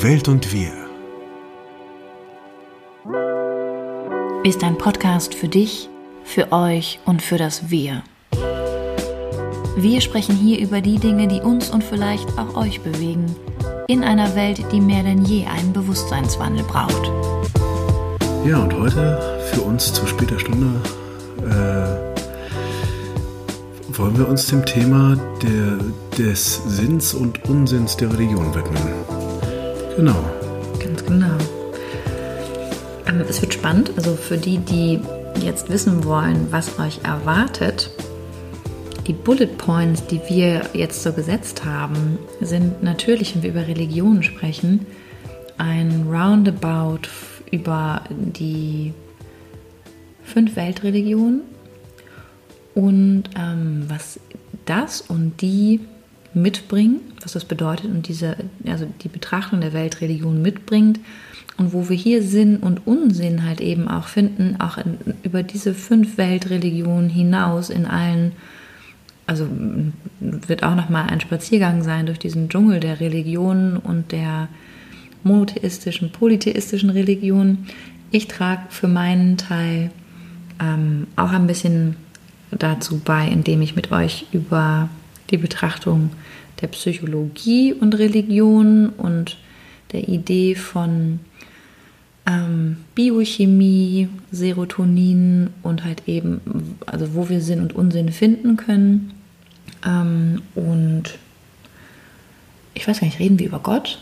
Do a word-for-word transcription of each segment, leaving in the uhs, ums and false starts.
Die Welt und wir ist ein Podcast für dich, für euch und für das Wir. Wir sprechen hier über die Dinge, die uns und vielleicht auch euch bewegen, in einer Welt, die mehr denn je einen Bewusstseinswandel braucht. Ja, und heute für uns zu später Stunde äh, wollen wir uns dem Thema der, des Sinns und Unsinns der Religion widmen. Genau. Ganz genau. Ähm, es wird spannend, also für die, die jetzt wissen wollen, was euch erwartet. Die Bullet Points, die wir jetzt so gesetzt haben, sind natürlich, wenn wir über Religion sprechen, ein Roundabout über die fünf Weltreligionen und ähm, was das und die mitbringen, was das bedeutet und diese, also die Betrachtung der Weltreligion mitbringt und wo wir hier Sinn und Unsinn halt eben auch finden, auch in, über diese fünf Weltreligionen hinaus in allen. Also wird auch nochmal ein Spaziergang sein durch diesen Dschungel der Religionen und der monotheistischen, polytheistischen Religionen. Ich trage für meinen Teil ähm, auch ein bisschen dazu bei, indem ich mit euch über die Betrachtung der Psychologie und Religion und der Idee von ähm, Biochemie, Serotonin und halt eben, also wo wir Sinn und Unsinn finden können. Ähm, und ich weiß gar nicht, reden wir über Gott?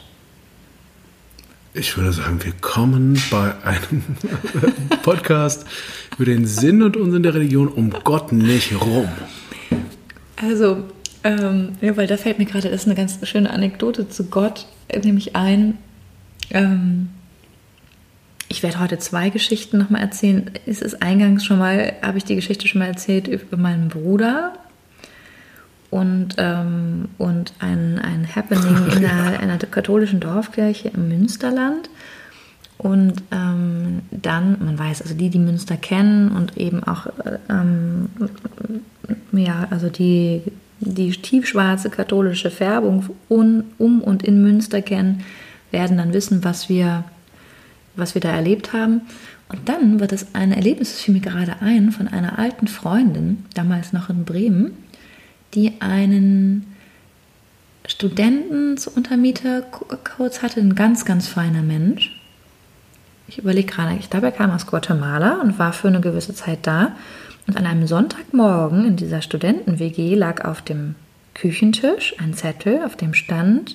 Ich würde sagen, wir kommen bei einem Podcast über den Sinn und Unsinn der Religion um Gott nicht rum. Also, ähm, ja, weil da fällt mir gerade, das ist eine ganz schöne Anekdote zu Gott, nämlich ein, ähm, ich werde heute zwei Geschichten nochmal erzählen. Es ist eingangs schon mal, habe ich die Geschichte schon mal erzählt über meinen Bruder und, ähm, und ein, ein Happening in einer, einer katholischen Dorfkirche im Münsterland. Und ähm, dann, man weiß, also die, die Münster kennen und eben auch, ähm, ja, also die, die tiefschwarze katholische Färbung un, um und in Münster kennen, werden dann wissen, was wir, was wir da erlebt haben. Und dann wird es ein Erlebnis, das fiel mir gerade ein, von einer alten Freundin, damals noch in Bremen, die einen Studenten zu Untermietercodes hatte, ein ganz, ganz feiner Mensch. Ich überlege gerade, ich glaube, er kam aus Guatemala und war für eine gewisse Zeit da. Und an einem Sonntagmorgen in dieser Studenten-W G lag auf dem Küchentisch ein Zettel, auf dem stand: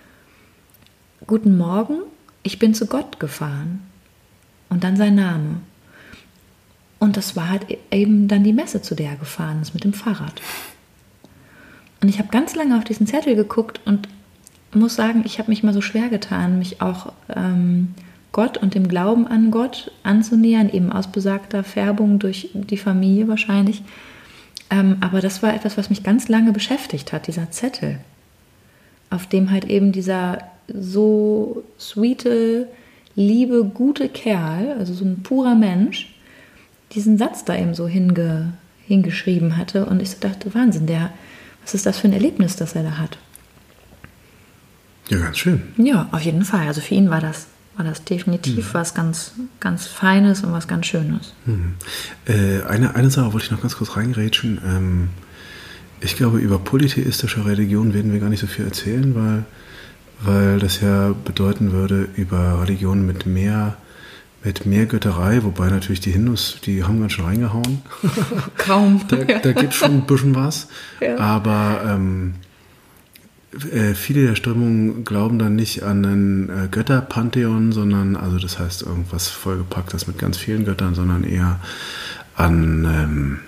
Guten Morgen, ich bin zu Gott gefahren. Und dann sein Name. Und das war halt eben dann die Messe, zu der er gefahren ist mit dem Fahrrad. Und ich habe ganz lange auf diesen Zettel geguckt und muss sagen, ich habe mich mal so schwer getan, mich auch ähm, Gott und dem Glauben an Gott anzunähern, eben aus besagter Färbung durch die Familie wahrscheinlich. Ähm, aber das war etwas, was mich ganz lange beschäftigt hat, dieser Zettel, auf dem halt eben dieser so sweete, liebe, gute Kerl, also so ein purer Mensch, diesen Satz da eben so hinge, hingeschrieben hatte. Und ich so dachte, Wahnsinn, der, was ist das für ein Erlebnis, das er da hat? Ja, ganz schön. Ja, auf jeden Fall. Also für ihn war das, war das definitiv mhm. was ganz, ganz Feines und was ganz Schönes. Mhm. Äh, eine, eine Sache wollte ich noch ganz kurz reingrätschen. Ähm, ich glaube, über polytheistische Religion werden wir gar nicht so viel erzählen, weil weil das ja bedeuten würde, über Religionen mit mehr, mit mehr Götterei, wobei natürlich die Hindus, die haben ganz schön reingehauen. Kaum. da da gibt es schon ein bisschen was. Ja. Aber ähm, äh, viele der Strömungen glauben dann nicht an ein äh, Götterpantheon, sondern, also das heißt irgendwas vollgepacktes mit ganz vielen Göttern, sondern eher an ähm,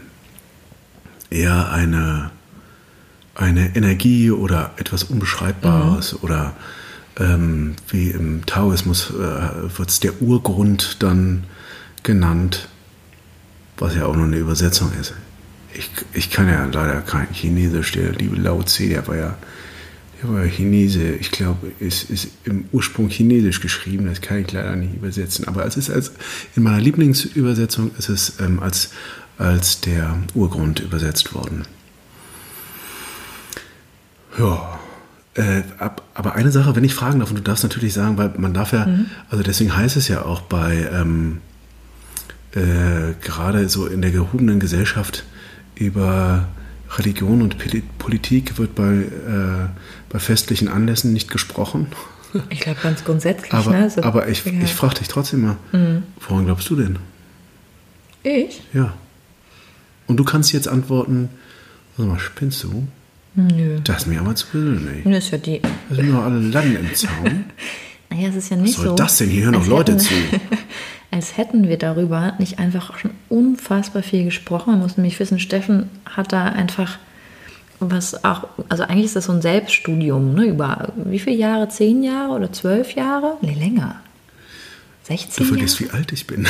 eher eine eine Energie oder etwas Unbeschreibbares mhm. oder ähm, wie im Taoismus äh, wird es der Urgrund dann genannt, was ja auch nur eine Übersetzung ist. Ich, ich kann ja leider kein Chinesisch, der liebe Lao Tse, der war ja, der war ja Chinese, ich glaube, ist, ist im Ursprung Chinesisch geschrieben, das kann ich leider nicht übersetzen, aber es ist als, in meiner Lieblingsübersetzung ist es ähm, als, als der Urgrund übersetzt worden. Ja, Äh, ab, aber eine Sache, wenn ich fragen darf, und du darfst natürlich sagen, weil man darf ja, mhm. also deswegen heißt es ja auch bei, ähm, äh, gerade so in der gehobenen Gesellschaft über Religion und Politik wird bei, äh, bei festlichen Anlässen nicht gesprochen. Ich glaube ganz grundsätzlich. Aber, ne? so, aber ich, ja. ich frage dich trotzdem mal, mhm. woran glaubst du denn? Ich? Ja. Und du kannst jetzt antworten, sag mal, spinnst du? Nö. Das ist mir aber zu persönlich. Nö, ist ja die. Da sind wir alle Latten im Zaun. Naja, es ist ja nicht so. Was soll so, das denn? Hier hören noch Leute hätten, zu. Als hätten wir darüber nicht einfach schon unfassbar viel gesprochen. Man muss nämlich wissen, Steffen hat da einfach was auch, also eigentlich ist das so ein Selbststudium, ne, über wie viele Jahre? Zehn Jahre oder zwölf Jahre? Nee, länger. sechzehn Du vergisst, Jahre? wie alt ich bin.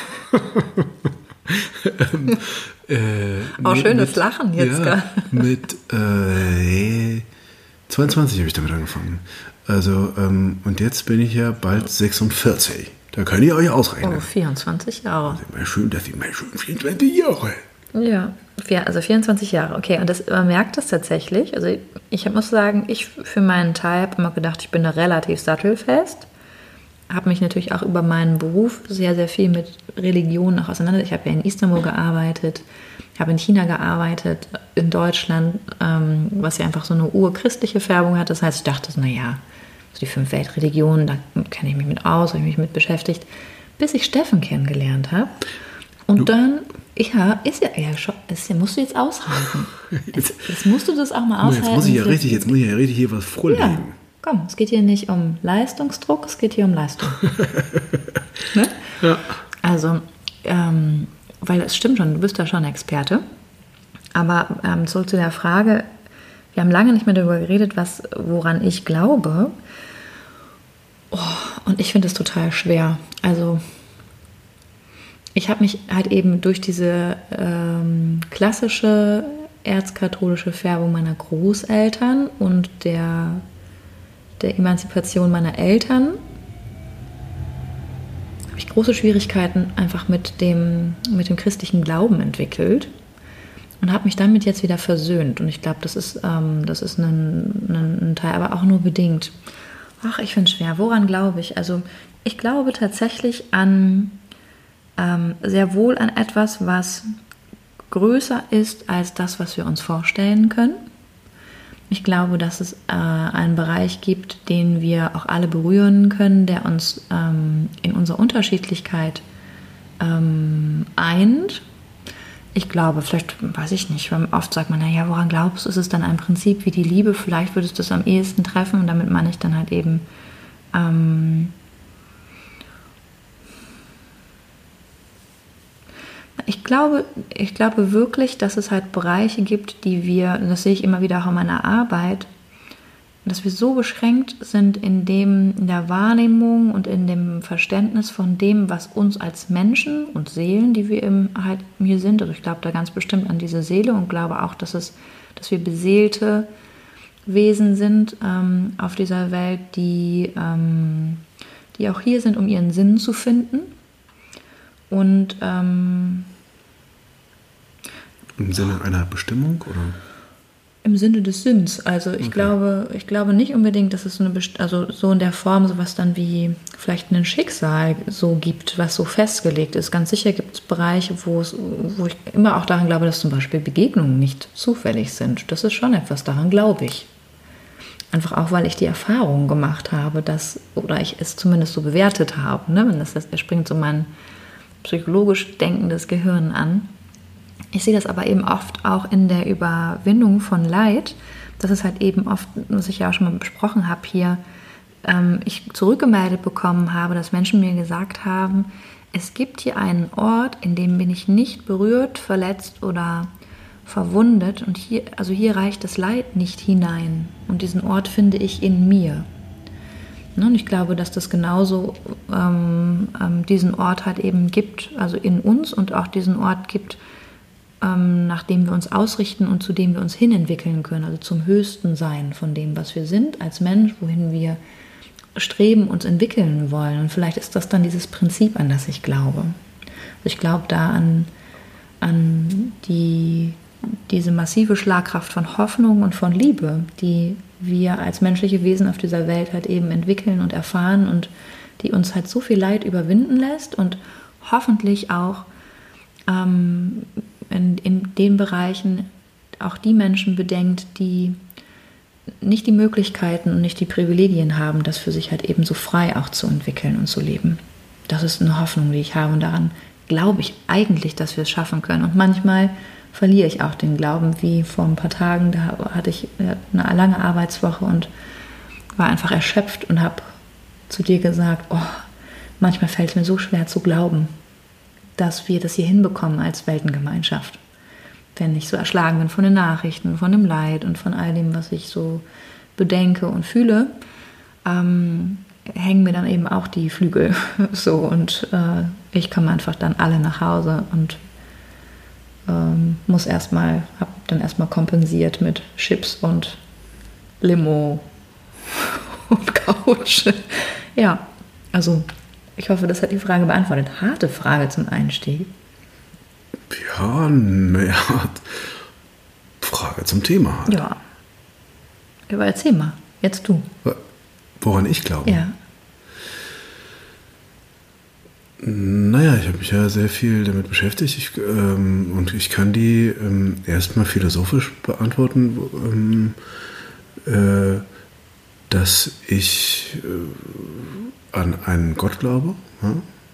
ähm, äh, auch mit, schönes mit, Lachen jetzt, ja, gell? Mit äh, zweiundzwanzig habe ich damit angefangen. Also, ähm, und jetzt bin ich ja bald sechsundvierzig. Da könnt ihr euch ausrechnen. Oh, vierundzwanzig Jahre. Das ist mal schön, das sind mal schön vierundzwanzig Jahre. Ja, also vierundzwanzig Jahre, okay. Und das, man merkt das tatsächlich. Also ich muss sagen, ich für meinen Teil habe immer gedacht, ich bin da relativ sattelfest. Habe mich natürlich auch über meinen Beruf sehr, sehr viel mit Religion noch auseinandergesetzt. Ich habe ja in Istanbul gearbeitet, habe in China gearbeitet, in Deutschland, ähm, was ja einfach so eine urchristliche Färbung hat. Das heißt, ich dachte, naja, so die fünf Weltreligionen, da kenne ich mich mit aus, habe ich mich mit beschäftigt, bis ich Steffen kennengelernt habe. Und du. dann, ja, ist ja, ja, ist ja, musst du jetzt aushalten. Jetzt, jetzt musst du das auch mal aushalten. Jetzt muss ich ja richtig, jetzt muss ich ja richtig hier was vorlegen. Ja, komm, es geht hier nicht um Leistungsdruck, es geht hier um Leistung. Ne? Ja. Also, ähm, weil es stimmt schon, du bist da schon Experte. Aber ähm, zurück zu der Frage, wir haben lange nicht mehr darüber geredet, was, woran ich glaube. Oh, und ich finde es total schwer. Also, ich habe mich halt eben durch diese ähm, klassische erzkatholische Färbung meiner Großeltern und der, der Emanzipation meiner Eltern habe ich große Schwierigkeiten einfach mit dem, mit dem christlichen Glauben entwickelt und habe mich damit jetzt wieder versöhnt. Und ich glaube, das ist, ähm, das ist ein, ein, ein Teil, aber auch nur bedingt. Ach, ich finde es schwer. Woran glaube ich? Also ich glaube tatsächlich an ähm, sehr wohl an etwas, was größer ist als das, was wir uns vorstellen können. Ich glaube, dass es äh, einen Bereich gibt, den wir auch alle berühren können, der uns ähm, in unserer Unterschiedlichkeit ähm, eint. Ich glaube, vielleicht, weiß ich nicht, weil oft sagt man, naja, woran glaubst du, ist es dann ein Prinzip wie die Liebe? Vielleicht würdest du es am ehesten treffen und damit meine ich dann halt eben ähm, Ich glaube, ich glaube wirklich, dass es halt Bereiche gibt, die wir, das sehe ich immer wieder auch in meiner Arbeit, dass wir so beschränkt sind in dem, in der Wahrnehmung und in dem Verständnis von dem, was uns als Menschen und Seelen, die wir im, halt hier sind, also ich glaube da ganz bestimmt an diese Seele und glaube auch, dass es, dass wir beseelte Wesen sind ähm, auf dieser Welt, die, ähm, die auch hier sind, um ihren Sinn zu finden. Und ähm, im Sinne einer Bestimmung oder? Im Sinne des Sinns. Also ich okay. glaube, ich glaube nicht unbedingt, dass es so eine Best- also so in der Form sowas dann wie vielleicht ein Schicksal so gibt, was so festgelegt ist. Ganz sicher gibt es Bereiche, wo es, wo ich immer auch daran glaube, dass zum Beispiel Begegnungen nicht zufällig sind. Das ist schon etwas, daran glaube ich. Einfach auch, weil ich die Erfahrung gemacht habe, dass, oder ich es zumindest so bewertet habe. Ne? Das heißt, er springt so mein psychologisch denkendes Gehirn an. Ich sehe das aber eben oft auch in der Überwindung von Leid, dass es halt eben oft, was ich ja auch schon mal besprochen habe hier, ähm, ich zurückgemeldet bekommen habe, dass Menschen mir gesagt haben, es gibt hier einen Ort, in dem bin ich nicht berührt, verletzt oder verwundet und hier, also hier reicht das Leid nicht hinein und diesen Ort finde ich in mir. Und ich glaube, dass das genauso ähm, ähm, diesen Ort halt eben gibt, also in uns und auch diesen Ort gibt, ähm, nach dem wir uns ausrichten und zu dem wir uns hinentwickeln können, also zum höchsten Sein von dem, was wir sind als Mensch, wohin wir streben, uns entwickeln wollen. Und vielleicht ist das dann dieses Prinzip, an das ich glaube. Also ich glaube da an, an die diese massive Schlagkraft von Hoffnung und von Liebe, die wir als menschliche Wesen auf dieser Welt halt eben entwickeln und erfahren und die uns halt so viel Leid überwinden lässt und hoffentlich auch ähm, in, in den Bereichen auch die Menschen bedenkt, die nicht die Möglichkeiten und nicht die Privilegien haben, das für sich halt eben so frei auch zu entwickeln und zu leben. Das ist eine Hoffnung, die ich habe und daran glaube ich eigentlich, dass wir es schaffen können. Und manchmal verliere ich auch den Glauben, wie vor ein paar Tagen, da hatte ich eine lange Arbeitswoche und war einfach erschöpft und habe zu dir gesagt, oh, manchmal fällt es mir so schwer zu glauben, dass wir das hier hinbekommen als Weltengemeinschaft. Wenn ich so erschlagen bin von den Nachrichten, von dem Leid und von all dem, was ich so bedenke und fühle, ähm, hängen mir dann eben auch die Flügel so und äh, ich komme einfach dann alle nach Hause und ähm, muss erstmal, habe dann erstmal kompensiert mit Chips und Limo und Couch. Ja, also ich hoffe, das hat die Frage beantwortet. Harte Frage zum Einstieg. Ja, naja, Frage zum Thema halt. Ja. Aber erzähl mal, jetzt du. Woran ich glaube? Ja. Naja, ich habe mich ja sehr viel damit beschäftigt ich, ähm, und ich kann die ähm, erstmal philosophisch beantworten, ähm, äh, dass ich äh, an einen Gott glaube, ja,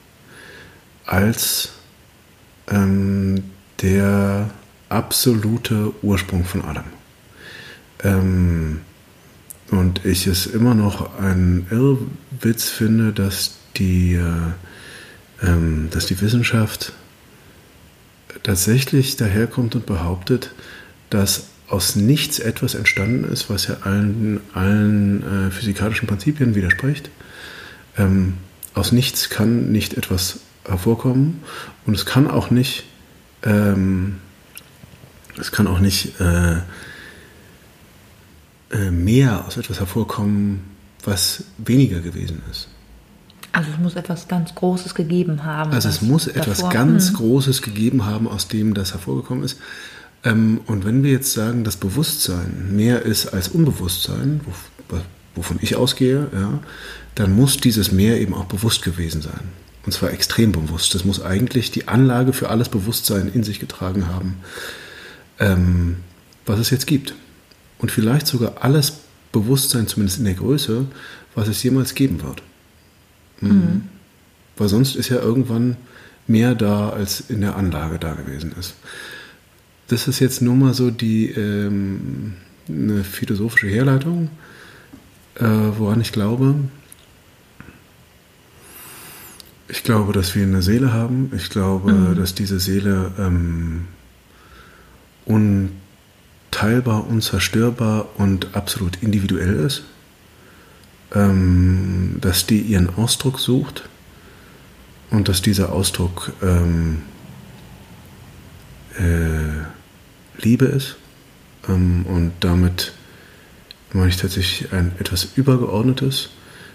als ähm, der absolute Ursprung von allem. Ähm, und ich es immer noch einen Irrwitz finde, dass die, äh, ähm, dass die Wissenschaft tatsächlich daherkommt und behauptet, dass aus nichts etwas entstanden ist, was ja allen, allen äh, physikalischen Prinzipien widerspricht. Ähm, aus nichts kann nicht etwas hervorkommen und es kann auch nicht ähm, es kann auch nicht äh, äh, mehr aus etwas hervorkommen, was weniger gewesen ist. Also es muss etwas ganz Großes gegeben haben. Also es muss etwas davor, ganz mh. Großes gegeben haben, aus dem das hervorgekommen ist. Ähm, und wenn wir jetzt sagen, dass Bewusstsein mehr ist als Unbewusstsein, wo, wovon ich ausgehe, ja, dann muss dieses Mehr eben auch bewusst gewesen sein. Und zwar extrem bewusst. Das muss eigentlich die Anlage für alles Bewusstsein in sich getragen haben, ähm, was es jetzt gibt. Und vielleicht sogar alles Bewusstsein, zumindest in der Größe, was es jemals geben wird. Mhm. Mhm. Weil sonst ist ja irgendwann mehr da, als in der Anlage da gewesen ist. Das ist jetzt nur mal so die ähm, eine philosophische Herleitung, äh, woran ich glaube. Ich glaube, dass wir eine Seele haben. Ich glaube, mhm. dass diese Seele ähm, unteilbar, unzerstörbar und absolut individuell ist. Ähm, dass die ihren Ausdruck sucht und dass dieser Ausdruck ähm, äh, Liebe ist. Ähm, und damit meine ich tatsächlich ein etwas Übergeordnetes.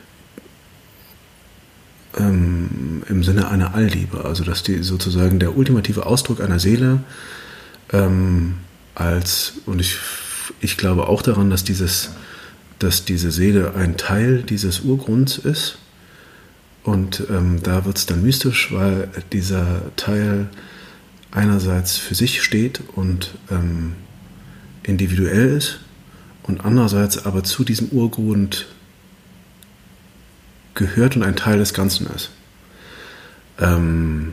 Ähm, im Sinne einer Allliebe, also dass die sozusagen der ultimative Ausdruck einer Seele ähm, als, und ich, ich glaube auch daran, dass dieses, dass diese Seele ein Teil dieses Urgrunds ist und ähm, da wird es dann mystisch, weil dieser Teil einerseits für sich steht und ähm, individuell ist und andererseits aber zu diesem Urgrund gehört und ein Teil des Ganzen ist. Ähm,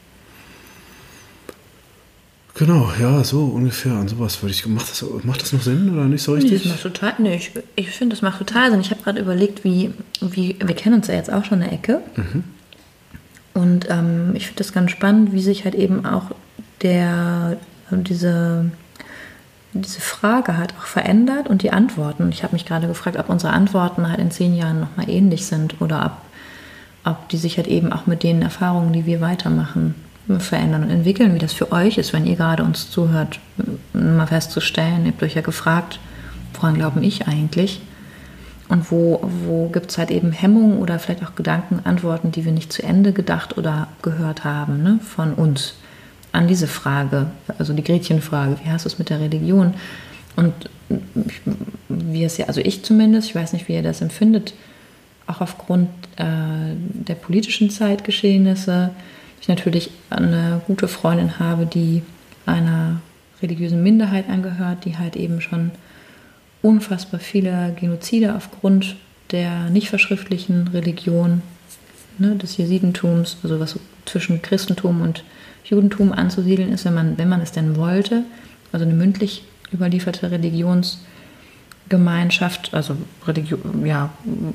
genau, ja, so ungefähr an sowas würde ich. Macht das, macht das noch Sinn oder nicht so richtig? Nee, das macht total, nee, ich, ich finde, das macht total Sinn. Ich habe gerade überlegt, wie, wie, wir kennen uns ja jetzt auch schon eine Ecke. Mhm. Und ähm, ich finde das ganz spannend, wie sich halt eben auch der, diese, diese Frage halt auch verändert und die Antworten. Ich habe mich gerade gefragt, ob unsere Antworten halt in zehn Jahren nochmal ähnlich sind oder ob, ob die sich halt eben auch mit den Erfahrungen, die wir weitermachen, verändern und entwickeln, wie das für euch ist, wenn ihr gerade uns zuhört, mal festzustellen. Ihr habt euch ja gefragt, woran glauben ich eigentlich? Und wo, wo gibt es halt eben Hemmungen oder vielleicht auch Gedanken, Antworten, die wir nicht zu Ende gedacht oder gehört haben, ne, von uns. an diese Frage, also die Gretchenfrage, wie hast du es mit der Religion? Und wie es ja, also ich zumindest, ich weiß nicht, wie ihr das empfindet, auch aufgrund äh, der politischen Zeitgeschehnisse, ich natürlich eine gute Freundin habe, die einer religiösen Minderheit angehört, die halt eben schon unfassbar viele Genozide aufgrund der nicht verschriftlichen Religion, ne, des Jesidentums, also was so zwischen Christentum und Judentum anzusiedeln ist, wenn man, wenn man es denn wollte, also eine mündlich überlieferte Religionsgemeinschaft, also Religion, ja,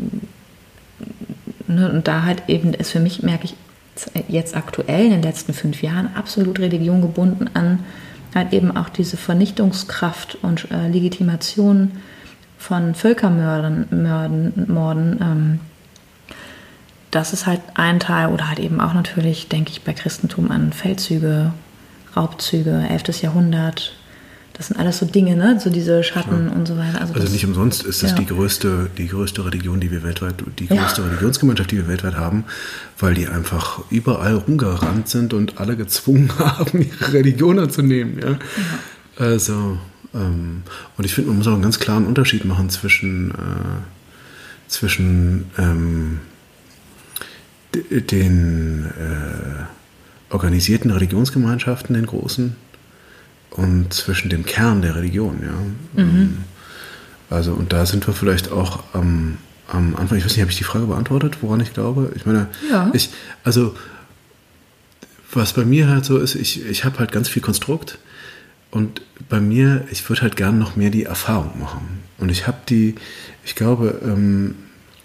ne, und da halt eben ist für mich, merke ich jetzt aktuell in den letzten fünf Jahren absolut Religion gebunden an halt eben auch diese Vernichtungskraft und äh, Legitimation von Völkermorden, Morden, Morden, ähm, das ist halt ein Teil, oder halt eben auch natürlich, denke ich, bei Christentum an Feldzüge, Raubzüge, elftes Jahrhundert. Das sind alles so Dinge, ne? So diese Schatten, ja, und so weiter. Also, also das, nicht umsonst ist das, ja, die größte, die größte Religion, die wir weltweit, die größte, ja, Religionsgemeinschaft, die wir weltweit haben, weil die einfach überall rumgerannt sind und alle gezwungen haben, ihre Religion anzunehmen. Ja? Ja. Also, ähm, und ich finde, man muss auch einen ganz klaren Unterschied machen zwischen, äh, zwischen ähm, d- den äh, organisierten Religionsgemeinschaften, den großen, und zwischen dem Kern der Religion, ja. Mhm. Also, und da sind wir vielleicht auch am, am Anfang, ich weiß nicht, habe ich die Frage beantwortet, woran ich glaube? Ich meine, ja. ich, also, was bei mir halt so ist, ich, ich habe halt ganz viel Konstrukt und bei mir, ich würde halt gerne noch mehr die Erfahrung machen. Und ich habe die, ich glaube, ähm,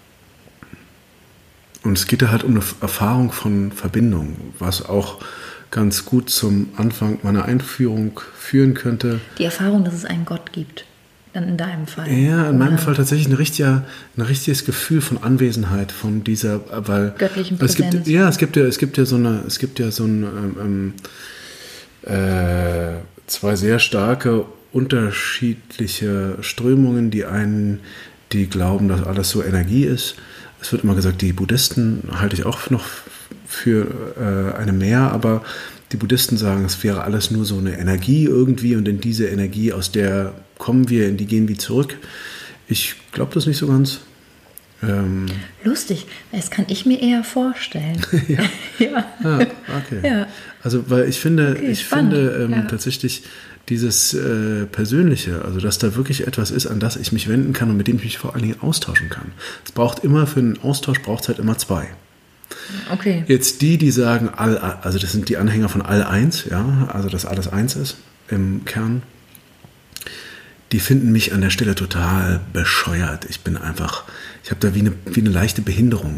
und es geht da halt um eine Erfahrung von Verbindung, was auch ganz gut zum Anfang meiner Einführung führen könnte. Die Erfahrung, dass es einen Gott gibt, dann in deinem Fall. Ja, in meinem Fall tatsächlich ein, richtiger, ein richtiges Gefühl von Anwesenheit, von dieser, weil göttlichen Präsenz. Es gibt, ja, es gibt ja, es gibt ja so eine, es gibt ja so ein, ähm, äh, zwei sehr starke unterschiedliche Strömungen, die einen, die glauben, dass alles so Energie ist. Es wird immer gesagt, die Buddhisten halte ich auch noch für äh, eine mehr, aber die Buddhisten sagen, es wäre alles nur so eine Energie irgendwie und in diese Energie, aus der kommen wir, in die gehen wir zurück. Ich glaube das nicht so ganz. Ähm Lustig, das kann ich mir eher vorstellen. ja. ja. Ah, okay. Ja. Also, weil ich finde, okay, ich finde ähm, ja. tatsächlich dieses äh, Persönliche, also dass da wirklich etwas ist, an das ich mich wenden kann und mit dem ich mich vor allen Dingen austauschen kann. Es braucht immer, für einen Austausch braucht es halt immer zwei. Okay. Jetzt die, die sagen, all, also das sind die Anhänger von all eins, ja, also dass alles eins ist im Kern, die finden mich an der Stelle total bescheuert. Ich bin einfach, ich habe da wie eine, wie eine leichte Behinderung.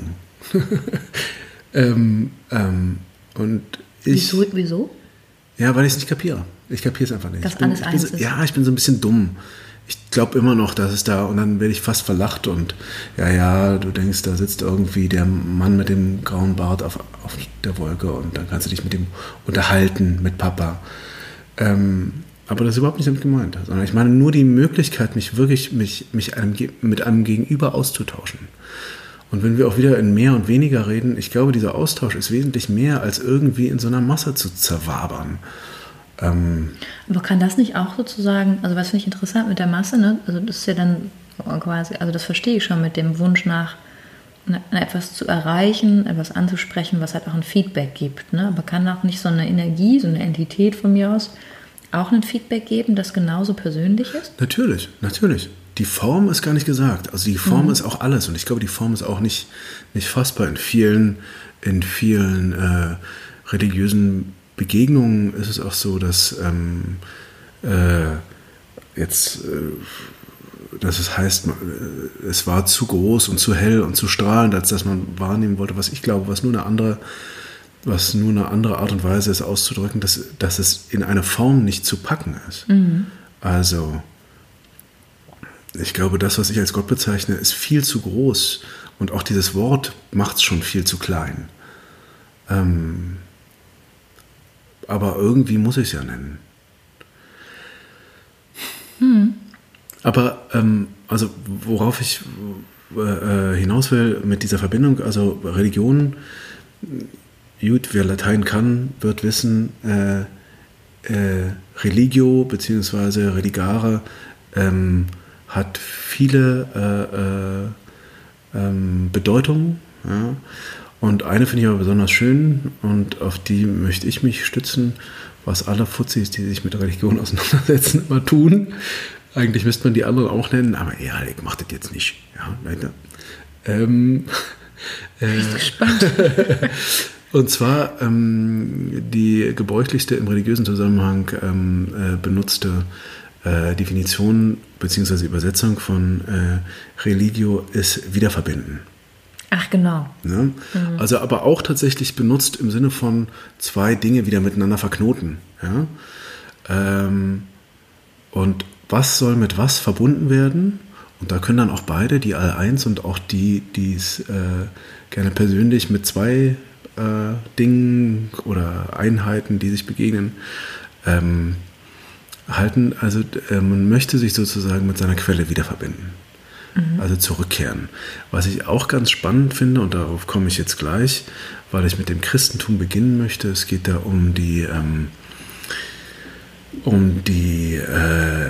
ähm, ähm, und ich, wieso, wieso? Ja, weil ich es nicht kapiere. Ich kapiere es einfach nicht. Dass ich bin, alles ich bin eins so, ist. Ja, ich bin so ein bisschen dumm. Ich glaube immer noch, dass es da, und dann werde ich fast verlacht und ja, ja, du denkst, da sitzt irgendwie der Mann mit dem grauen Bart auf, auf der Wolke und dann kannst du dich mit dem unterhalten, mit Papa. Ähm, aber das ist überhaupt nicht damit gemeint, sondern ich meine nur die Möglichkeit, mich wirklich mich, mich einem, mit einem Gegenüber auszutauschen. Und wenn wir auch wieder in mehr und weniger reden, ich glaube, dieser Austausch ist wesentlich mehr, als irgendwie in so einer Masse zu zerwabern. Ähm, Aber kann das nicht auch sozusagen, also was finde ich interessant mit der Masse, ne? Also das ist ja dann quasi, also das verstehe ich schon mit dem Wunsch nach etwas zu erreichen, etwas anzusprechen, was halt auch ein Feedback gibt, ne? Aber kann auch nicht so eine Energie, so eine Entität von mir aus auch ein Feedback geben, das genauso persönlich ist? Natürlich, natürlich. Die Form ist gar nicht gesagt. Also die Form mhm. ist auch alles und ich glaube, die Form ist auch nicht, nicht fassbar. In vielen, in vielen äh, religiösen Begegnungen ist es auch so, dass ähm, äh, jetzt, äh, dass es heißt, äh, es war zu groß und zu hell und zu strahlend, als dass man wahrnehmen wollte, was ich glaube, was nur eine andere, was nur eine andere Art und Weise ist auszudrücken, dass, dass es in eine Form nicht zu packen ist. Mhm. Also ich glaube, das, was ich als Gott bezeichne, ist viel zu groß und auch dieses Wort macht es schon viel zu klein. Ähm, aber irgendwie muss ich es ja nennen. Hm. Aber ähm, also worauf ich äh, hinaus will mit dieser Verbindung, also Religion, gut, wer Latein kann, wird wissen, äh, äh, Religio bzw. Religare ähm, hat viele äh, äh, ähm, Bedeutungen. Ja? Und eine finde ich aber besonders schön und auf die möchte ich mich stützen, was alle Fuzis, die sich mit Religion auseinandersetzen, immer tun. Eigentlich müsste man die anderen auch nennen, aber ja, ich mache das jetzt nicht. Ja, leider. Ähm, äh, spannend. Und zwar ähm, die gebräuchlichste im religiösen Zusammenhang ähm, äh, benutzte äh, Definition bzw. Übersetzung von äh, Religio ist Wiederverbinden. Ach, genau. Ja? Mhm. Also aber auch tatsächlich benutzt im Sinne von zwei Dinge wieder miteinander verknoten. Ja? Ähm, und was soll mit was verbunden werden? Und da können dann auch beide, die all eins und auch die, die es äh, gerne persönlich mit zwei äh, Dingen oder Einheiten, die sich begegnen, ähm, halten. Also äh, man möchte sich sozusagen mit seiner Quelle wieder verbinden. Mhm. Also zurückkehren. Was ich auch ganz spannend finde, und darauf komme ich jetzt gleich, weil ich mit dem Christentum beginnen möchte. Es geht da um die ähm, um die äh,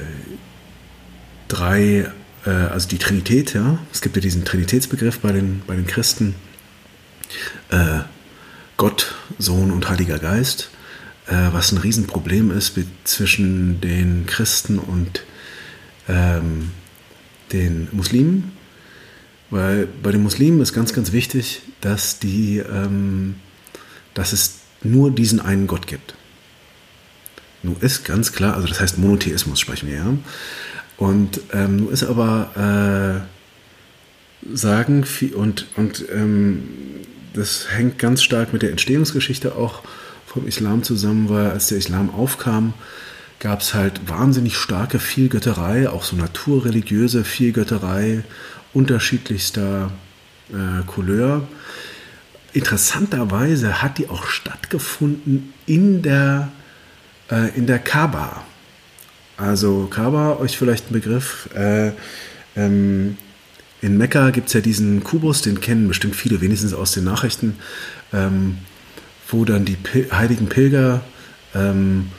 drei, äh, also die Trinität, ja. Es gibt ja diesen Trinitätsbegriff bei den, bei den Christen. Äh, Gott, Sohn und Heiliger Geist, äh, was ein Riesenproblem ist zwischen den Christen und ähm, den Muslimen, weil bei den Muslimen ist ganz, ganz wichtig, dass die, ähm, dass es nur diesen einen Gott gibt. Nun ist ganz klar, also das heißt Monotheismus sprechen wir ja. Und ähm, nun ist aber äh, sagen und und ähm, das hängt ganz stark mit der Entstehungsgeschichte auch vom Islam zusammen, weil als der Islam aufkam, gab es halt wahnsinnig starke Vielgötterei, auch so naturreligiöse Vielgötterei unterschiedlichster äh, Couleur. Interessanterweise hat die auch stattgefunden in der, äh, in der Kaaba. Also Kaaba, euch vielleicht ein Begriff. Äh, ähm, in Mekka gibt es ja diesen Kubus, den kennen bestimmt viele, wenigstens aus den Nachrichten, ähm, wo dann die Pil- heiligen Pilger ähm,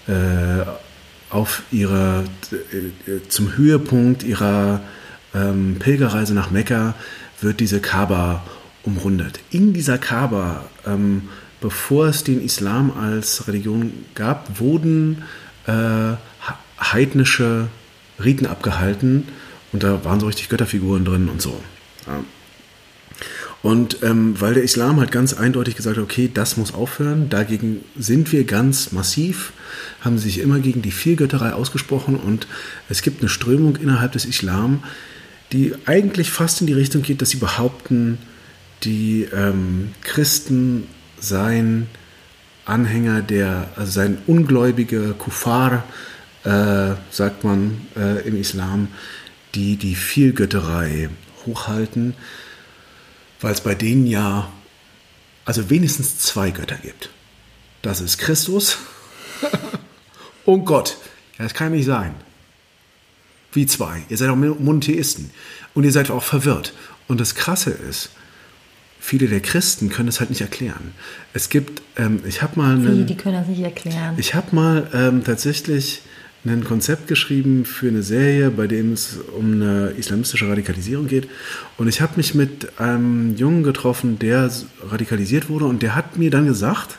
auf ihrer, zum Höhepunkt ihrer ähm, Pilgerreise nach Mekka wird diese Kaaba umrundet. In dieser Kaaba, ähm, bevor es den Islam als Religion gab, wurden äh, heidnische Riten abgehalten und da waren so richtig Götterfiguren drin und so. Ja. Und ähm, weil der Islam halt ganz eindeutig gesagt hat, okay, das muss aufhören, dagegen sind wir ganz massiv, haben sie sich immer gegen die Vielgötterei ausgesprochen und es gibt eine Strömung innerhalb des Islam, die eigentlich fast in die Richtung geht, dass sie behaupten, die ähm, Christen seien Anhänger der, also seien ungläubige Kuffar, äh, sagt man äh, im Islam, die die Vielgötterei hochhalten, weil es bei denen ja also wenigstens zwei Götter gibt. Das ist Christus und Gott. Das kann nicht sein. Wie zwei. Ihr seid auch Monotheisten. Und ihr seid auch verwirrt. Und das Krasse ist, viele der Christen können das halt nicht erklären. Es gibt, ähm, ich habe mal... Einen, Wie, die können das nicht erklären? Ich habe mal ähm, tatsächlich ein Konzept geschrieben für eine Serie, bei dem es um eine islamistische Radikalisierung geht. Und ich habe mich mit einem Jungen getroffen, der radikalisiert wurde. Und der hat mir dann gesagt,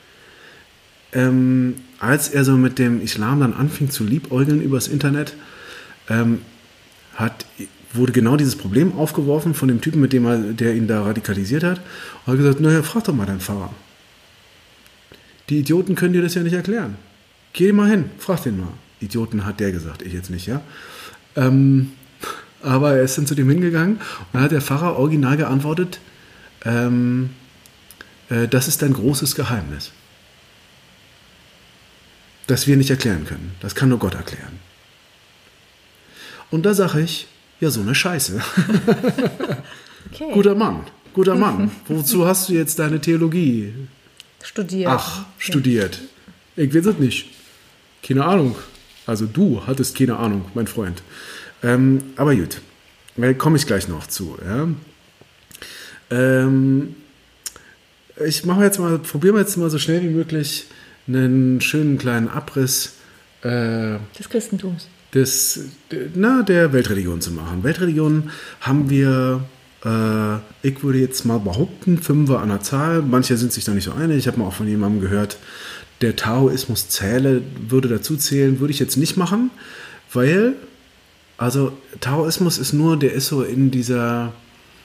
ähm, als er so mit dem Islam dann anfing zu liebäugeln übers Internet, ähm, hat, wurde genau dieses Problem aufgeworfen von dem Typen, mit dem er, der ihn da radikalisiert hat. Und hat gesagt, naja, frag doch mal deinen Pfarrer. Die Idioten können dir das ja nicht erklären. Geh mal hin, frag den mal. Idioten hat der gesagt, ich jetzt nicht, ja. Ähm, aber er ist dann zu dem hingegangen und dann hat der Pfarrer original geantwortet, ähm, äh, das ist ein großes Geheimnis, das wir nicht erklären können. Das kann nur Gott erklären. Und da sage ich, ja, so eine Scheiße. Okay. Guter Mann, guter Mann. Wozu hast du jetzt deine Theologie? Studiert. Ach, ja. studiert. Ich weiß es nicht. Keine Ahnung. Also du hattest keine Ahnung, mein Freund. Ähm, aber gut, da komme ich gleich noch zu. Ja. Ähm, ich mache jetzt mal, probiere jetzt mal so schnell wie möglich einen schönen kleinen Abriss äh, des Christentums. Des, na, der Weltreligion zu machen. Weltreligionen haben wir, äh, ich würde jetzt mal behaupten, Fünfer an der Zahl. Manche sind sich da nicht so einig. Ich habe mal auch von jemandem gehört, der Taoismus zähle, würde dazu zählen, würde ich jetzt nicht machen, weil, also Taoismus ist nur, der ist so in dieser,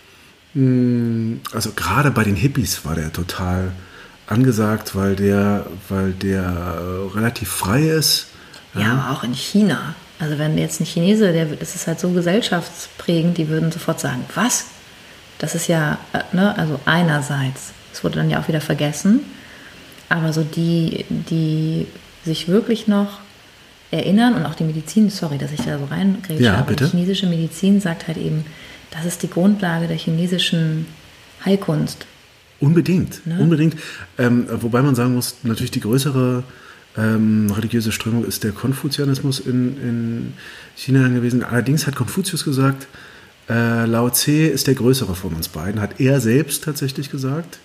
mh, also gerade bei den Hippies war der total angesagt, weil der, weil der äh, relativ frei ist. Ja, ja, aber auch in China. Also wenn jetzt ein Chinese, der, das ist halt so gesellschaftsprägend, die würden sofort sagen, was? Das ist ja, ne, also einerseits, es wurde dann ja auch wieder vergessen, aber so die, die sich wirklich noch erinnern und auch die Medizin, sorry, dass ich da so reingrätsche, ja, aber die chinesische Medizin sagt halt eben, das ist die Grundlage der chinesischen Heilkunst. Unbedingt, ne? unbedingt. Ähm, wobei man sagen muss, natürlich die größere ähm, religiöse Strömung ist der Konfuzianismus in, in China gewesen. Allerdings hat Konfuzius gesagt, äh, Lao Tse ist der größere von uns beiden, hat er selbst tatsächlich gesagt.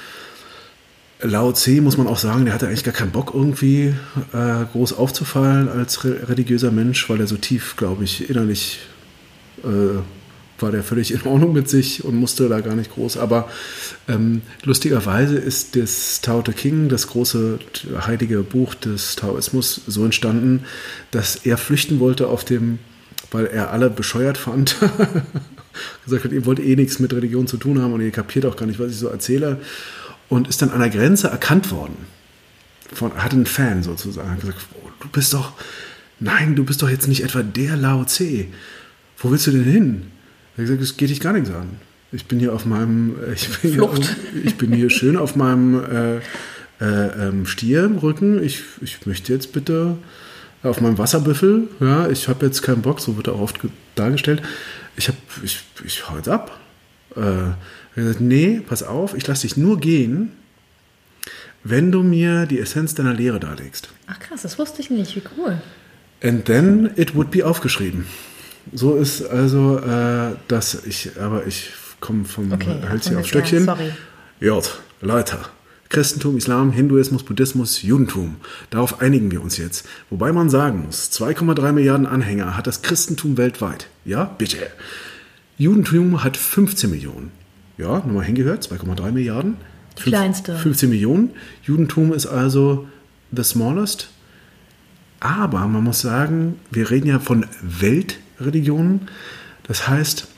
Lao Tse, muss man auch sagen, der hatte eigentlich gar keinen Bock irgendwie äh, groß aufzufallen als re- religiöser Mensch, weil er so tief, glaube ich, innerlich äh, war der völlig in Ordnung mit sich und musste da gar nicht groß. Aber ähm, lustigerweise ist das Tao Te Ching, das große heilige Buch des Taoismus, so entstanden, dass er flüchten wollte auf dem, weil er alle bescheuert fand. Gesagt hat, ihr wollt eh nichts mit Religion zu tun haben und ihr kapiert auch gar nicht, was ich so erzähle. Und ist dann an der Grenze erkannt worden. Von, hatte einen Fan sozusagen. Hat gesagt, oh, du bist doch, nein, du bist doch jetzt nicht etwa der Lao Tse. Wo willst du denn hin? Er hat gesagt, das geht dich gar nichts an. Ich bin hier auf meinem, ich bin, hier, ich bin hier schön auf meinem äh, äh, ähm, Stier im Rücken. Ich, ich möchte jetzt bitte auf meinem Wasserbüffel, ja, ich habe jetzt keinen Bock, so wird er auch oft dargestellt. Ich, hab, ich, ich hau jetzt ab. Äh, Er hat gesagt, nee, pass auf, ich lasse dich nur gehen, wenn du mir die Essenz deiner Lehre darlegst. Ach krass, das wusste ich nicht, wie cool. And then it would be aufgeschrieben. So ist also äh, das, ich, aber ich komme vom okay, Hölzchen aufs Stöckchen. Ja, sorry. Jod, Leute, Christentum, Islam, Hinduismus, Buddhismus, Judentum. Darauf einigen wir uns jetzt. Wobei man sagen muss, zwei Komma drei Milliarden Anhänger hat das Christentum weltweit. Ja, bitte. Judentum hat fünfzehn Millionen. Ja, nochmal hingehört, zwei Komma drei Milliarden. Die kleinste. fünfzehn Millionen. Judentum ist also the smallest. Aber man muss sagen, wir reden ja von Weltreligionen. Das heißt,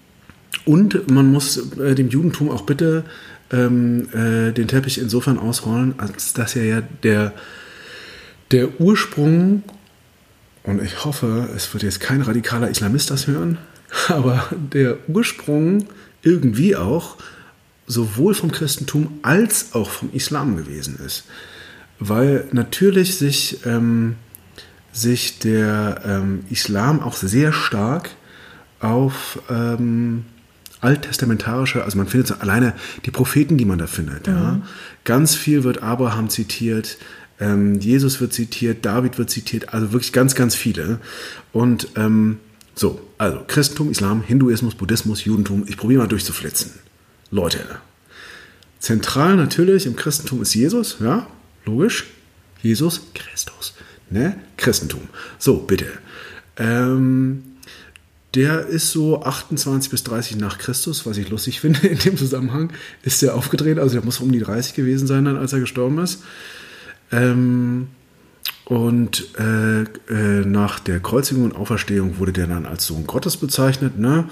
und man muss äh, dem Judentum auch bitte ähm, äh, den Teppich insofern ausrollen, als dass ja, ja der, der Ursprung, und ich hoffe, es wird jetzt kein radikaler Islamist das hören, aber der Ursprung irgendwie auch sowohl vom Christentum als auch vom Islam gewesen ist. Weil natürlich sich, ähm, sich der ähm, Islam auch sehr stark auf ähm, alttestamentarische, also man findet so alleine die Propheten, die man da findet. Mhm. Ja. Ganz viel wird Abraham zitiert, ähm, Jesus wird zitiert, David wird zitiert, also wirklich ganz, ganz viele. Und ähm, so, also Christentum, Islam, Hinduismus, Buddhismus, Judentum, ich probiere mal durchzuflitzen. Leute, zentral natürlich im Christentum ist Jesus, ja, logisch. Jesus Christus, ne? Christentum. So, bitte. Ähm, der ist so achtundzwanzig bis dreißig nach Christus, was ich lustig finde in dem Zusammenhang, ist der aufgedreht, also der muss um die dreißig gewesen sein, dann, als er gestorben ist. Ähm, und äh, äh, nach der Kreuzigung und Auferstehung wurde der dann als Sohn Gottes bezeichnet, ne?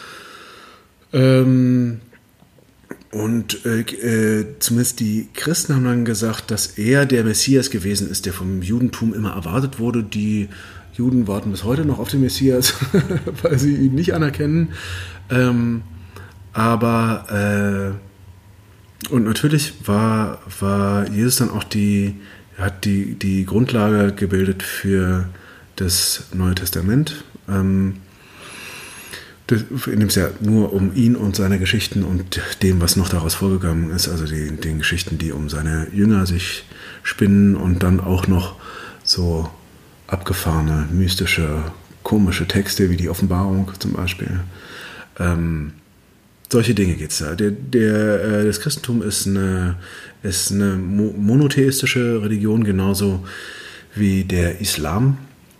Ähm, Und äh, äh, zumindest die Christen haben dann gesagt, dass er der Messias gewesen ist, der vom Judentum immer erwartet wurde. Die Juden warten bis heute noch auf den Messias, weil sie ihn nicht anerkennen. Ähm, aber äh, und natürlich war, war Jesus dann auch die, hat die, die Grundlage gebildet für das Neue Testament. Ähm, in dem es ja nur um ihn und seine Geschichten und dem, was noch daraus vorgegangen ist, also die, den Geschichten, die um seine Jünger sich spinnen und dann auch noch so abgefahrene, mystische, komische Texte wie die Offenbarung zum Beispiel. Ähm, solche Dinge geht es da. Der, der, das Christentum ist eine, ist eine monotheistische Religion, genauso wie der Islam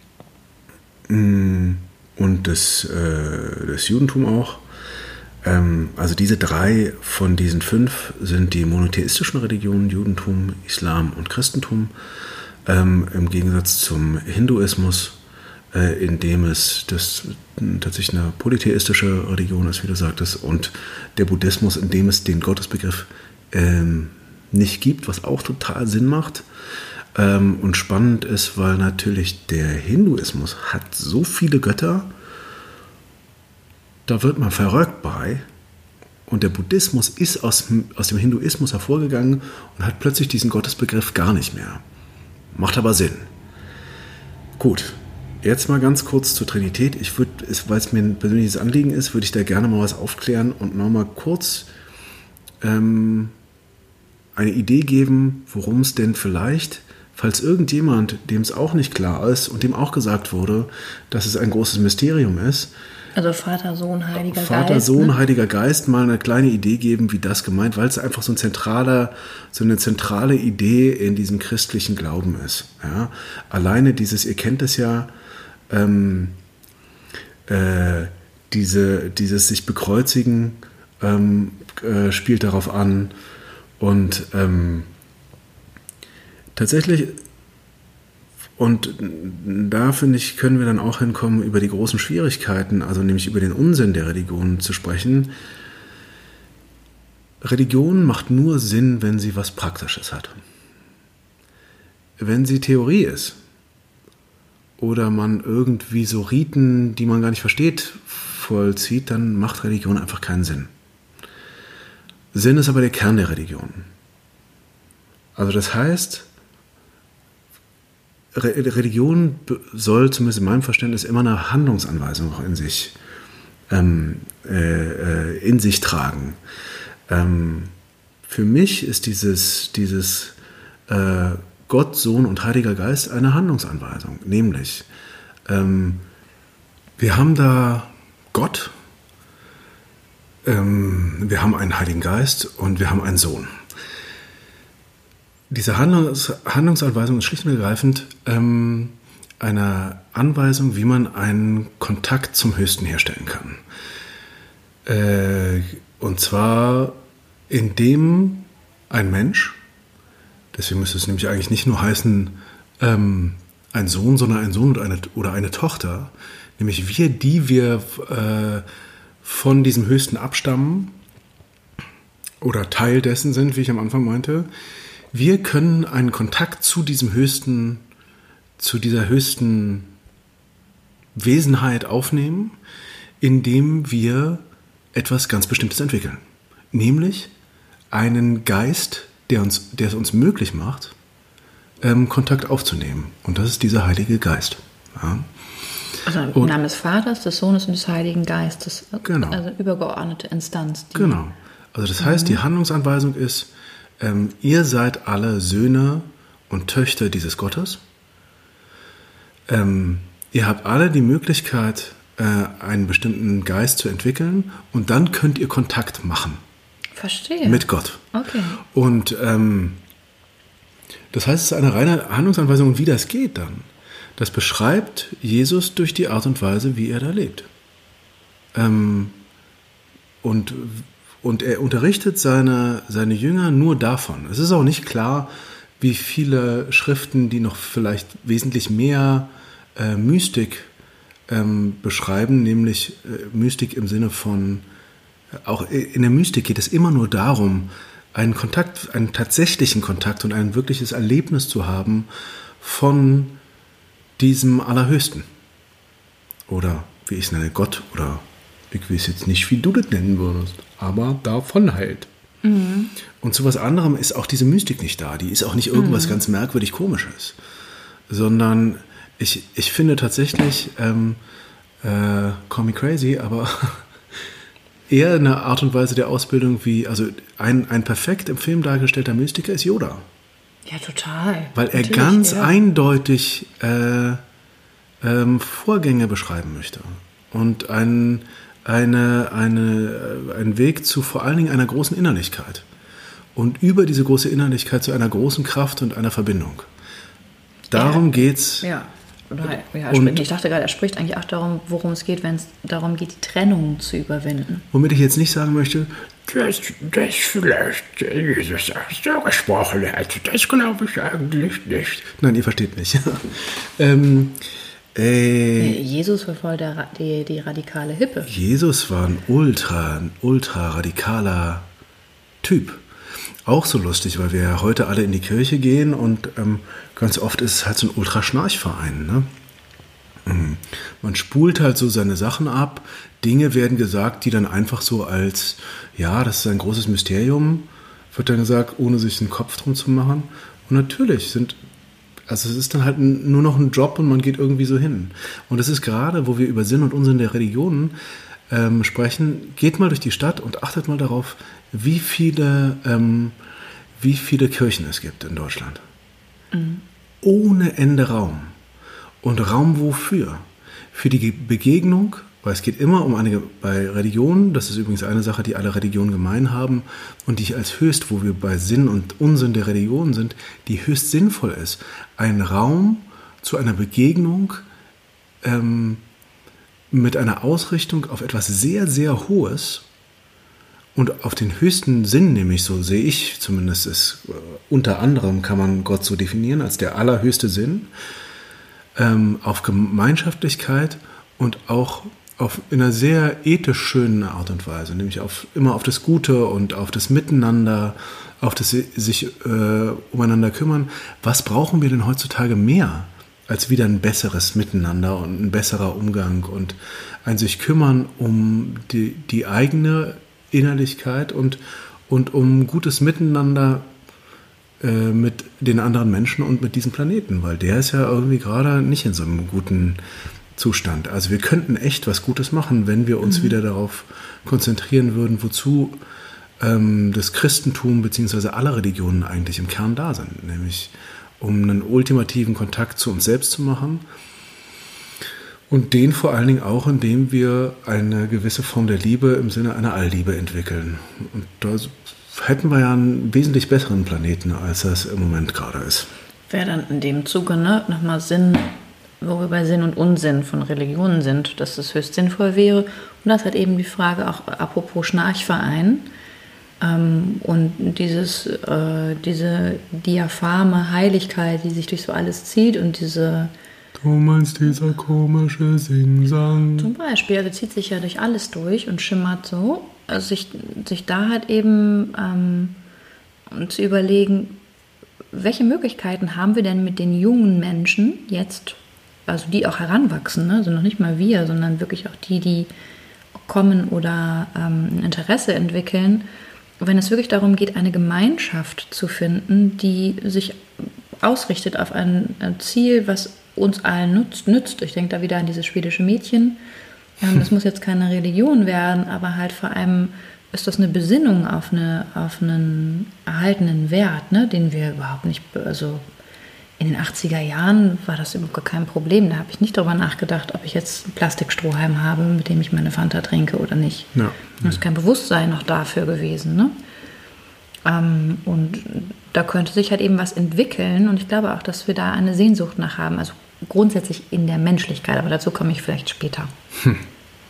und das, das Judentum auch. Also diese drei von diesen fünf sind die monotheistischen Religionen, Judentum, Islam und Christentum, im Gegensatz zum Hinduismus, in dem es das tatsächlich eine polytheistische Religion ist, wie du sagtest, und der Buddhismus, in dem es den Gottesbegriff ähm, nicht gibt, was auch total Sinn macht ähm, und spannend ist, weil natürlich der Hinduismus hat so viele Götter, da wird man verrückt bei, und der Buddhismus ist aus, aus dem Hinduismus hervorgegangen und hat plötzlich diesen Gottesbegriff gar nicht mehr. Macht aber Sinn. Gut. Jetzt mal ganz kurz zur Trinität. Ich würde, weil es mir ein persönliches Anliegen ist, würde ich da gerne mal was aufklären und noch mal kurz ähm, eine Idee geben, worum es denn vielleicht, falls irgendjemand, dem es auch nicht klar ist und dem auch gesagt wurde, dass es ein großes Mysterium ist. Also Vater, Sohn, Heiliger Vater, Geist. Vater, Sohn, ne? Heiliger Geist, mal eine kleine Idee geben, wie das gemeint, weil es einfach so, ein zentraler, so eine zentrale Idee in diesem christlichen Glauben ist. Ja? Alleine dieses, ihr kennt es ja, Ähm, äh, diese, dieses sich bekreuzigen ähm, äh, spielt darauf an, und ähm, tatsächlich, und da finde ich, können wir dann auch hinkommen, über die großen Schwierigkeiten, also nämlich über den Unsinn der Religion zu sprechen. Religion macht nur Sinn, wenn sie was Praktisches hat. Wenn sie Theorie ist, oder man irgendwie so Riten, die man gar nicht versteht, vollzieht, dann macht Religion einfach keinen Sinn. Sinn ist aber der Kern der Religion. Also das heißt, Re- Religion soll zumindest in meinem Verständnis immer eine Handlungsanweisung auch in sich, ähm, äh, in sich tragen. Ähm, für mich ist dieses, dieses äh, Gott, Sohn und Heiliger Geist eine Handlungsanweisung. Nämlich, ähm, wir haben da Gott, ähm, wir haben einen Heiligen Geist und wir haben einen Sohn. Diese Handlungs- Handlungsanweisung ist schlicht und ergreifend ähm, eine Anweisung, wie man einen Kontakt zum Höchsten herstellen kann. Äh, und zwar, indem ein Mensch, deswegen müsste es nämlich eigentlich nicht nur heißen, ähm, ein Sohn, sondern ein Sohn und eine, oder eine Tochter. Nämlich wir, die wir äh, von diesem Höchsten abstammen oder Teil dessen sind, wie ich am Anfang meinte. Wir können einen Kontakt zu diesem Höchsten, zu dieser höchsten Wesenheit aufnehmen, indem wir etwas ganz Bestimmtes entwickeln. Nämlich einen Geist, der uns, der es uns möglich macht, ähm, Kontakt aufzunehmen. Und das ist dieser Heilige Geist. Ja. Also im und, Namen des Vaters, des Sohnes und des Heiligen Geistes. Genau. Also übergeordnete Instanz. Die genau. Also das heißt, mhm. die Handlungsanweisung ist, ähm, ihr seid alle Söhne und Töchter dieses Gottes. Ähm, ihr habt alle die Möglichkeit, äh, einen bestimmten Geist zu entwickeln, und dann könnt ihr Kontakt machen. Verstehe. Mit Gott. Okay. Und ähm, das heißt, es ist eine reine Handlungsanweisung. Und wie das geht dann, das beschreibt Jesus durch die Art und Weise, wie er da lebt. Ähm, und, und er unterrichtet seine, seine Jünger nur davon. Es ist auch nicht klar, wie viele Schriften, die noch vielleicht wesentlich mehr äh, Mystik ähm, beschreiben, nämlich äh, Mystik im Sinne von, auch in der Mystik geht es immer nur darum, einen Kontakt, einen tatsächlichen Kontakt und ein wirkliches Erlebnis zu haben von diesem Allerhöchsten. Oder wie ich es nenne, Gott, oder ich weiß jetzt nicht, wie du das nennen würdest, aber davon halt. Mhm. Und zu was anderem ist auch diese Mystik nicht da. Die ist auch nicht irgendwas mhm. ganz merkwürdig Komisches. Sondern ich, ich finde tatsächlich, ähm, äh, call me crazy, aber eher eine Art und Weise der Ausbildung wie, also ein, ein perfekt im Film dargestellter Mystiker ist Yoda. Ja, total. Weil er Natürlich, ganz ja. eindeutig äh, ähm, Vorgänge beschreiben möchte. Und ein, eine, eine, ein Weg zu vor allen Dingen einer großen Innerlichkeit. Und über diese große Innerlichkeit zu einer großen Kraft und einer Verbindung. Darum ja, geht's. Ja. Oder, ja, und, ich dachte gerade, er spricht eigentlich auch darum, worum es geht, wenn es darum geht, die Trennung zu überwinden. Womit ich jetzt nicht sagen möchte, dass das vielleicht Jesus auch so gesprochen hat. Das glaube ich eigentlich nicht. Nein, ihr versteht mich. ähm, äh, Jesus war voll der, die, die radikale Hippe. Jesus war ein ultra, ein ultra radikaler Typ. Auch so lustig, weil wir ja heute alle in die Kirche gehen und ähm, ganz oft ist es halt so ein Ultraschnarchverein. Ne? Mhm. Man spult halt so seine Sachen ab, Dinge werden gesagt, die dann einfach so als, ja, das ist ein großes Mysterium, wird dann gesagt, ohne sich einen Kopf drum zu machen. Und natürlich sind, also es ist dann halt nur noch ein Job und man geht irgendwie so hin. Und es ist gerade, wo wir über Sinn und Unsinn der Religionen ähm, sprechen, geht mal durch die Stadt und achtet mal darauf, wie viele, ähm, wie viele Kirchen es gibt in Deutschland. Mhm. Ohne Ende Raum. Und Raum wofür? Für die Begegnung, weil es geht immer um eine, bei Religionen, das ist übrigens eine Sache, die alle Religionen gemein haben und die als höchst, wo wir bei Sinn und Unsinn der Religion sind, die höchst sinnvoll ist. Ein Raum zu einer Begegnung ähm, mit einer Ausrichtung auf etwas sehr, sehr Hohes und auf den höchsten Sinn, nämlich so sehe ich zumindest, ist äh, unter anderem kann man Gott so definieren als der allerhöchste Sinn, ähm, auf Gemeinschaftlichkeit und auch auf in einer sehr ethisch schönen Art und Weise, nämlich auf, immer auf das Gute und auf das Miteinander, auf das sich äh, umeinander kümmern. Was brauchen wir denn heutzutage mehr als wieder ein besseres Miteinander und ein besserer Umgang und ein sich kümmern um die, die eigene Innerlichkeit und, und um gutes Miteinander äh, mit den anderen Menschen und mit diesem Planeten, weil der ist ja irgendwie gerade nicht in so einem guten Zustand. Also wir könnten echt was Gutes machen, wenn wir uns mhm. wieder darauf konzentrieren würden, wozu ähm, das Christentum bzw. alle Religionen eigentlich im Kern da sind, nämlich um einen ultimativen Kontakt zu uns selbst zu machen und den vor allen Dingen auch, indem wir eine gewisse Form der Liebe im Sinne einer Allliebe entwickeln. Und da hätten wir ja einen wesentlich besseren Planeten, als das im Moment gerade ist. Wäre dann in dem Zuge ne, nochmal Sinn, wo wir bei Sinn und Unsinn von Religionen sind, dass es höchst sinnvoll wäre. Und das hat eben die Frage auch apropos Schnarchverein ähm, und dieses, äh, diese diaphane Heiligkeit, die sich durch so alles zieht und diese... Du meinst dieser komische Singsang? Zum Beispiel, also zieht sich ja durch alles durch und schimmert so. Also sich, sich da halt eben ähm, zu überlegen, welche Möglichkeiten haben wir denn mit den jungen Menschen jetzt, also die auch heranwachsen, ne? Also noch nicht mal wir, sondern wirklich auch die, die kommen oder ähm, ein Interesse entwickeln, wenn es wirklich darum geht, eine Gemeinschaft zu finden, die sich ausrichtet auf ein Ziel, was uns allen nutzt. nützt. Ich denke da wieder an dieses schwedische Mädchen. Ähm, das muss jetzt keine Religion werden, aber halt vor allem ist das eine Besinnung auf, eine, auf einen erhaltenen Wert, ne, den wir überhaupt nicht, also in den achtziger Jahren war das überhaupt gar kein Problem. Da habe ich nicht darüber nachgedacht, ob ich jetzt einen Plastikstrohhalm habe, mit dem ich meine Fanta trinke oder nicht. Ja. Da ist kein Bewusstsein noch dafür gewesen. Ne? Ähm, und da könnte sich halt eben was entwickeln. Und ich glaube auch, dass wir da eine Sehnsucht nach haben. Also grundsätzlich in der Menschlichkeit. Aber dazu komme ich vielleicht später. Hm.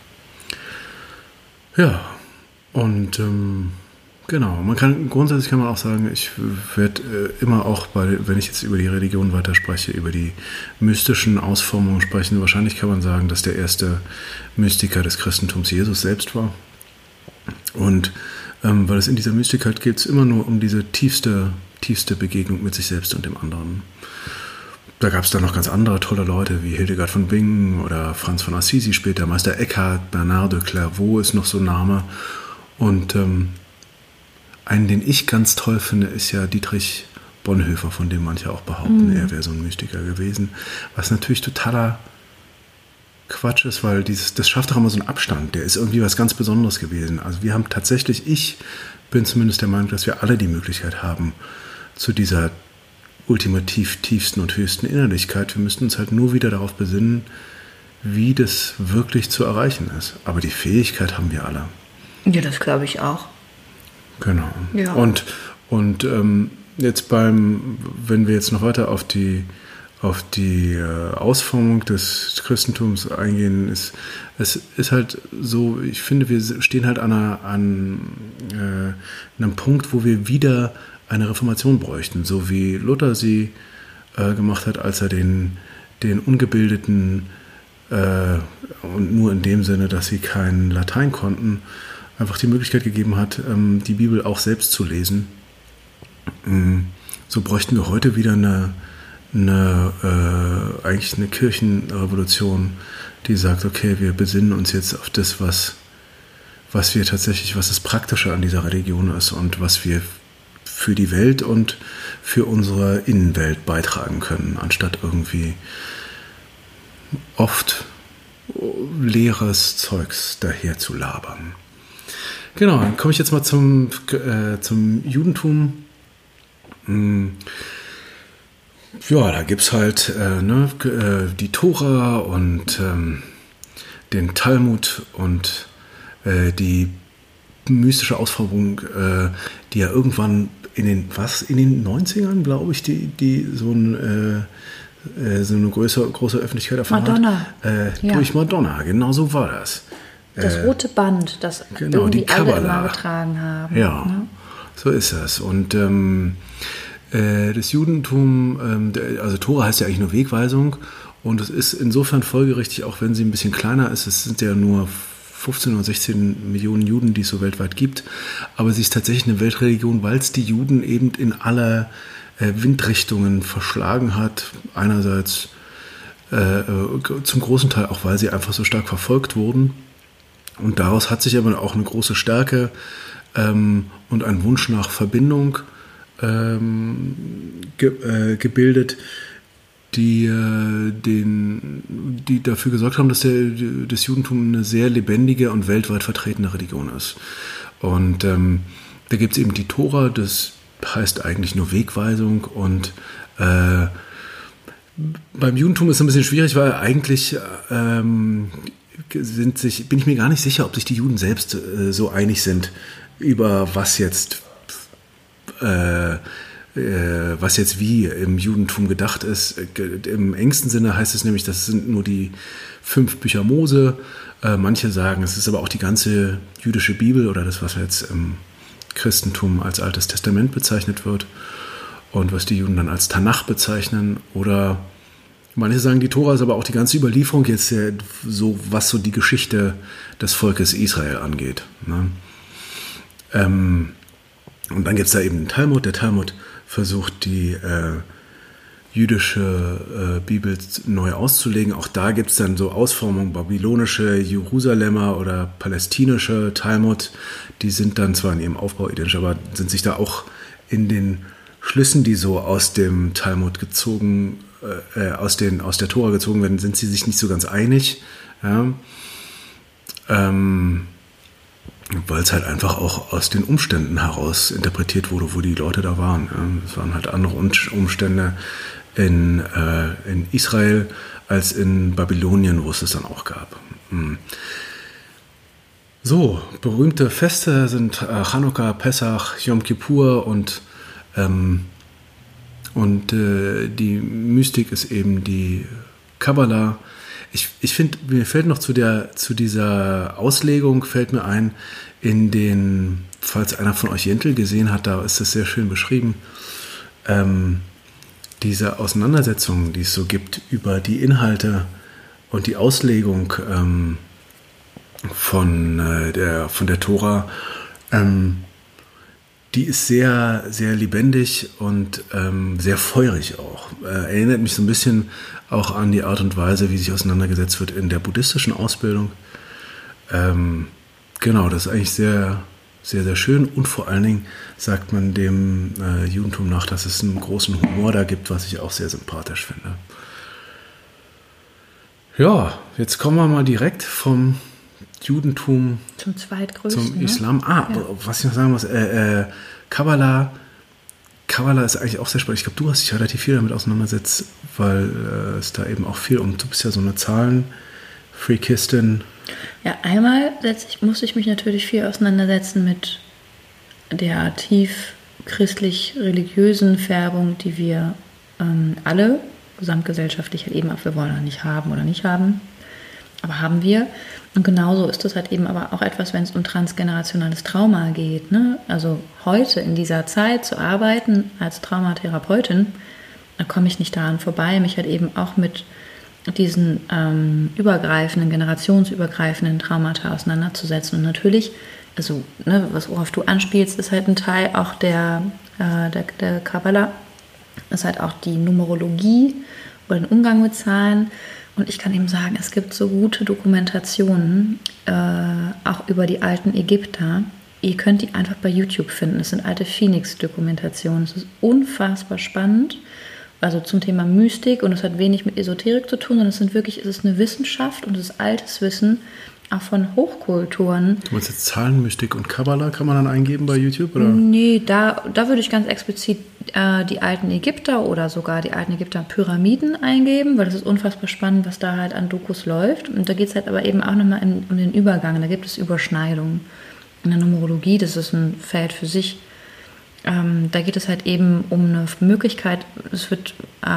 Ja, und... Ähm Genau, man kann grundsätzlich kann man auch sagen, ich werde äh, immer auch, bei, wenn ich jetzt über die Religion weiterspreche, über die mystischen Ausformungen sprechen. Wahrscheinlich kann man sagen, dass der erste Mystiker des Christentums Jesus selbst war. Und ähm, weil es in dieser Mystik halt geht, es immer nur um diese tiefste, tiefste Begegnung mit sich selbst und dem anderen. Da gab es dann noch ganz andere tolle Leute wie Hildegard von Bingen oder Franz von Assisi später, Meister Eckhart, Bernard de Clairvaux ist noch so ein Name. Und ähm, einen, den ich ganz toll finde, ist ja Dietrich Bonhoeffer, von dem manche auch behaupten, mm. er wäre so ein Mystiker gewesen. Was natürlich totaler Quatsch ist, weil dieses, das schafft doch immer so einen Abstand. Der ist irgendwie was ganz Besonderes gewesen. Also wir haben tatsächlich, ich bin zumindest der Meinung, dass wir alle die Möglichkeit haben zu dieser ultimativ tiefsten und höchsten Innerlichkeit. Wir müssten uns halt nur wieder darauf besinnen, wie das wirklich zu erreichen ist. Aber die Fähigkeit haben wir alle. Ja, das glaube ich auch. Genau. Ja. Und, und ähm, jetzt beim, wenn wir jetzt noch weiter auf die, auf die äh, Ausformung des Christentums eingehen, ist es ist halt so, ich finde, wir stehen halt an, einer, an äh, einem Punkt, wo wir wieder eine Reformation bräuchten, so wie Luther sie äh, gemacht hat, als er den, den Ungebildeten äh, und nur in dem Sinne, dass sie kein Latein konnten, einfach die Möglichkeit gegeben hat, ähm, die Bibel auch selbst zu lesen. Ähm, so bräuchten wir heute wieder eine Eine, äh, eigentlich eine Kirchenrevolution, die sagt, okay, wir besinnen uns jetzt auf das, was, was wir tatsächlich, was das Praktische an dieser Religion ist und was wir für die Welt und für unsere Innenwelt beitragen können, anstatt irgendwie oft leeres Zeugs daher zu labern. Genau, dann komme ich jetzt mal zum, äh, zum Judentum. Hm. Ja, da gibt es halt äh, ne, äh, die Tora und ähm, den Talmud und äh, die mystische Ausformung, äh, die ja irgendwann in den, was, in den neunzigern, glaube ich, die, die so, ein, äh, so eine größere, große Öffentlichkeit erfahren Madonna. hat. Äh, ja. Durch Madonna, genau so war das. Das äh, rote Band, das genau, irgendwie die alle Kabbala. immer getragen haben. Ja, ne? So ist das. Und ähm, das Judentum, also Tora heißt ja eigentlich nur Wegweisung und es ist insofern folgerichtig, auch wenn sie ein bisschen kleiner ist, es sind ja nur fünfzehn oder sechzehn Millionen Juden, die es so weltweit gibt, aber sie ist tatsächlich eine Weltreligion, weil es die Juden eben in aller Windrichtungen verschlagen hat. Einerseits äh, zum großen Teil auch, weil sie einfach so stark verfolgt wurden und daraus hat sich aber auch eine große Stärke ähm, und ein Wunsch nach Verbindung Ähm, ge, äh, gebildet, die, äh, den, die dafür gesorgt haben, dass der, das Judentum eine sehr lebendige und weltweit vertretene Religion ist. Und ähm, da gibt es eben die Tora, das heißt eigentlich nur Wegweisung und äh, beim Judentum ist es ein bisschen schwierig, weil eigentlich ähm, sind sich, bin ich mir gar nicht sicher, ob sich die Juden selbst äh, so einig sind über was jetzt Äh, äh, was jetzt wie im Judentum gedacht ist. Im engsten Sinne heißt es nämlich, das sind nur die fünf Bücher Mose. Äh, manche sagen, es ist aber auch die ganze jüdische Bibel oder das, was jetzt im Christentum als Altes Testament bezeichnet wird und was die Juden dann als Tanach bezeichnen. Oder manche sagen, die Tora ist aber auch die ganze Überlieferung jetzt so, was so die Geschichte des Volkes Israel angeht. Ne? Ähm, Und dann gibt es da eben den Talmud. Der Talmud versucht, die äh, jüdische äh, Bibel neu auszulegen. Auch da gibt es dann so Ausformungen, babylonische, Jerusalemer oder palästinische Talmud. Die sind dann zwar in ihrem Aufbau identisch, aber sind sich da auch in den Schlüssen, die so aus dem Talmud gezogen, äh, aus, den, aus der Tora gezogen werden, sind sie sich nicht so ganz einig. Ja. Ähm... Weil es halt einfach auch aus den Umständen heraus interpretiert wurde, wo die Leute da waren. Es waren halt andere Umstände in, äh, in Israel als in Babylonien, wo es es dann auch gab. So, berühmte Feste sind äh, Chanukka, Pessach, Yom Kippur und, ähm, und äh, die Mystik ist eben die Kabbala. Ich, ich finde, mir fällt noch zu, der, zu dieser Auslegung, fällt mir ein, in den, falls einer von euch Jentel gesehen hat, da ist das sehr schön beschrieben, ähm, diese Auseinandersetzungen, die es so gibt über die Inhalte und die Auslegung ähm, von, äh, der, von der Tora, ähm, die ist sehr, sehr lebendig und ähm, sehr feurig auch. Äh, erinnert mich so ein bisschen auch an die Art und Weise, wie sich auseinandergesetzt wird in der buddhistischen Ausbildung. Ähm, genau, das ist eigentlich sehr, sehr, sehr schön. Und vor allen Dingen sagt man dem äh, Judentum nach, dass es einen großen Humor da gibt, was ich auch sehr sympathisch finde. Ja, jetzt kommen wir mal direkt vom Judentum zum zweitgrößten, zum Islam. Ah, ja. Was ich noch sagen muss, äh, äh, Kabbala, Kabbala ist eigentlich auch sehr spannend. Ich glaube, du hast dich relativ viel damit auseinandergesetzt, weil äh, es da eben auch viel um, du bist ja so eine Zahlen, Freakistin? Ja, einmal ich, musste ich mich natürlich viel auseinandersetzen mit der tief christlich-religiösen Färbung, die wir ähm, alle gesamtgesellschaftlich halt eben, ob wir wollen oder nicht haben oder nicht haben, aber haben wir. Und genauso ist das halt eben aber auch etwas, wenn es um transgenerationales Trauma geht. Ne? Also heute in dieser Zeit zu arbeiten als Traumatherapeutin, da komme ich nicht daran vorbei, mich halt eben auch mit diesen ähm, übergreifenden, generationsübergreifenden Traumata auseinanderzusetzen. Und natürlich, also ne, was, worauf du anspielst, ist halt ein Teil auch der, äh, der, der Kabbala, ist halt auch die Numerologie oder den Umgang mit Zahlen. Und ich kann eben sagen, es gibt so gute Dokumentationen, äh, auch über die alten Ägypter. Ihr könnt die einfach bei YouTube finden. Es sind alte Phoenix-Dokumentationen. Es ist unfassbar spannend. Also zum Thema Mystik, und es hat wenig mit Esoterik zu tun, sondern es sind wirklich, es ist eine Wissenschaft und es ist altes Wissen, auch von Hochkulturen. Du meinst jetzt Zahlenmystik und Kabbala, kann man dann eingeben bei YouTube? Oder? Nee, da, da würde ich ganz explizit äh, die alten Ägypter oder sogar die alten Ägypter-Pyramiden eingeben, weil das ist unfassbar spannend, was da halt an Dokus läuft. Und da geht es halt aber eben auch nochmal um, um den Übergang, da gibt es Überschneidungen. In der Numerologie, das ist ein Feld für sich. Ähm, da geht es halt eben um eine Möglichkeit, es wird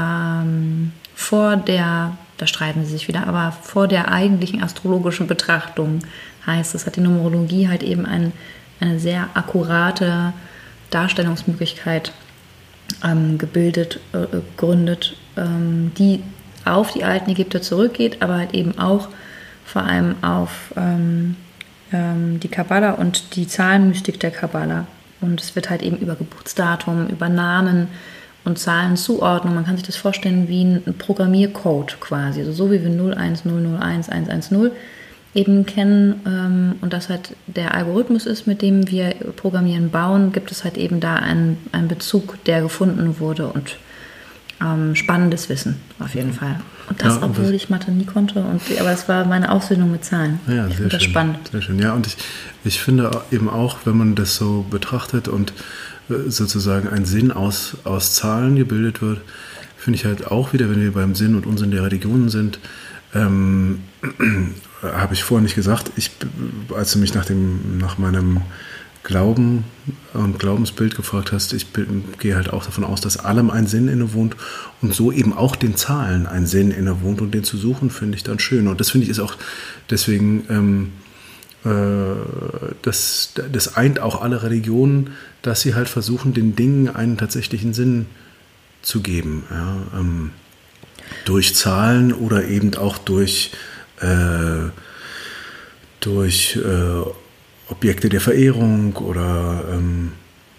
ähm, vor der, da streiten sie sich wieder, aber vor der eigentlichen astrologischen Betrachtung heißt es, hat die Numerologie halt eben ein, eine sehr akkurate Darstellungsmöglichkeit ähm, gebildet, äh, gegründet, ähm, die auf die alten Ägypter zurückgeht, aber halt eben auch vor allem auf ähm, ähm, die Kabbala und die Zahlenmystik der Kabbala. Und es wird halt eben über Geburtsdatum, über Namen und Zahlenzuordnung, man kann sich das vorstellen wie ein Programmiercode quasi, also so wie wir null eins null null eins eins eins null eben kennen ähm, und das halt der Algorithmus ist, mit dem wir Programmieren bauen, gibt es halt eben da einen, einen Bezug, der gefunden wurde und ähm, spannendes Wissen auf jeden Fall. Und das, ja, und obwohl das, ich Mathe nie konnte, und, aber es war meine Ausbildung mit Zahlen. Ja, ich finde das spannend. Sehr schön. Ja, und ich, ich finde eben auch, wenn man das so betrachtet und sozusagen ein Sinn aus, aus Zahlen gebildet wird, finde ich halt auch wieder, wenn wir beim Sinn und Unsinn der Religionen sind, ähm, habe ich vorher nicht gesagt, ich, als du mich nach, dem, nach meinem Glauben und Glaubensbild gefragt hast, ich bin, gehe halt auch davon aus, dass allem ein Sinn innewohnt und so eben auch den Zahlen ein Sinn innewohnt und den zu suchen, finde ich dann schön. Und das finde ich ist auch deswegen, ähm, äh, das, das eint auch alle Religionen, dass sie halt versuchen, den Dingen einen tatsächlichen Sinn zu geben. Ja, ähm, durch Zahlen oder eben auch durch, äh, durch äh, Objekte der Verehrung oder ähm,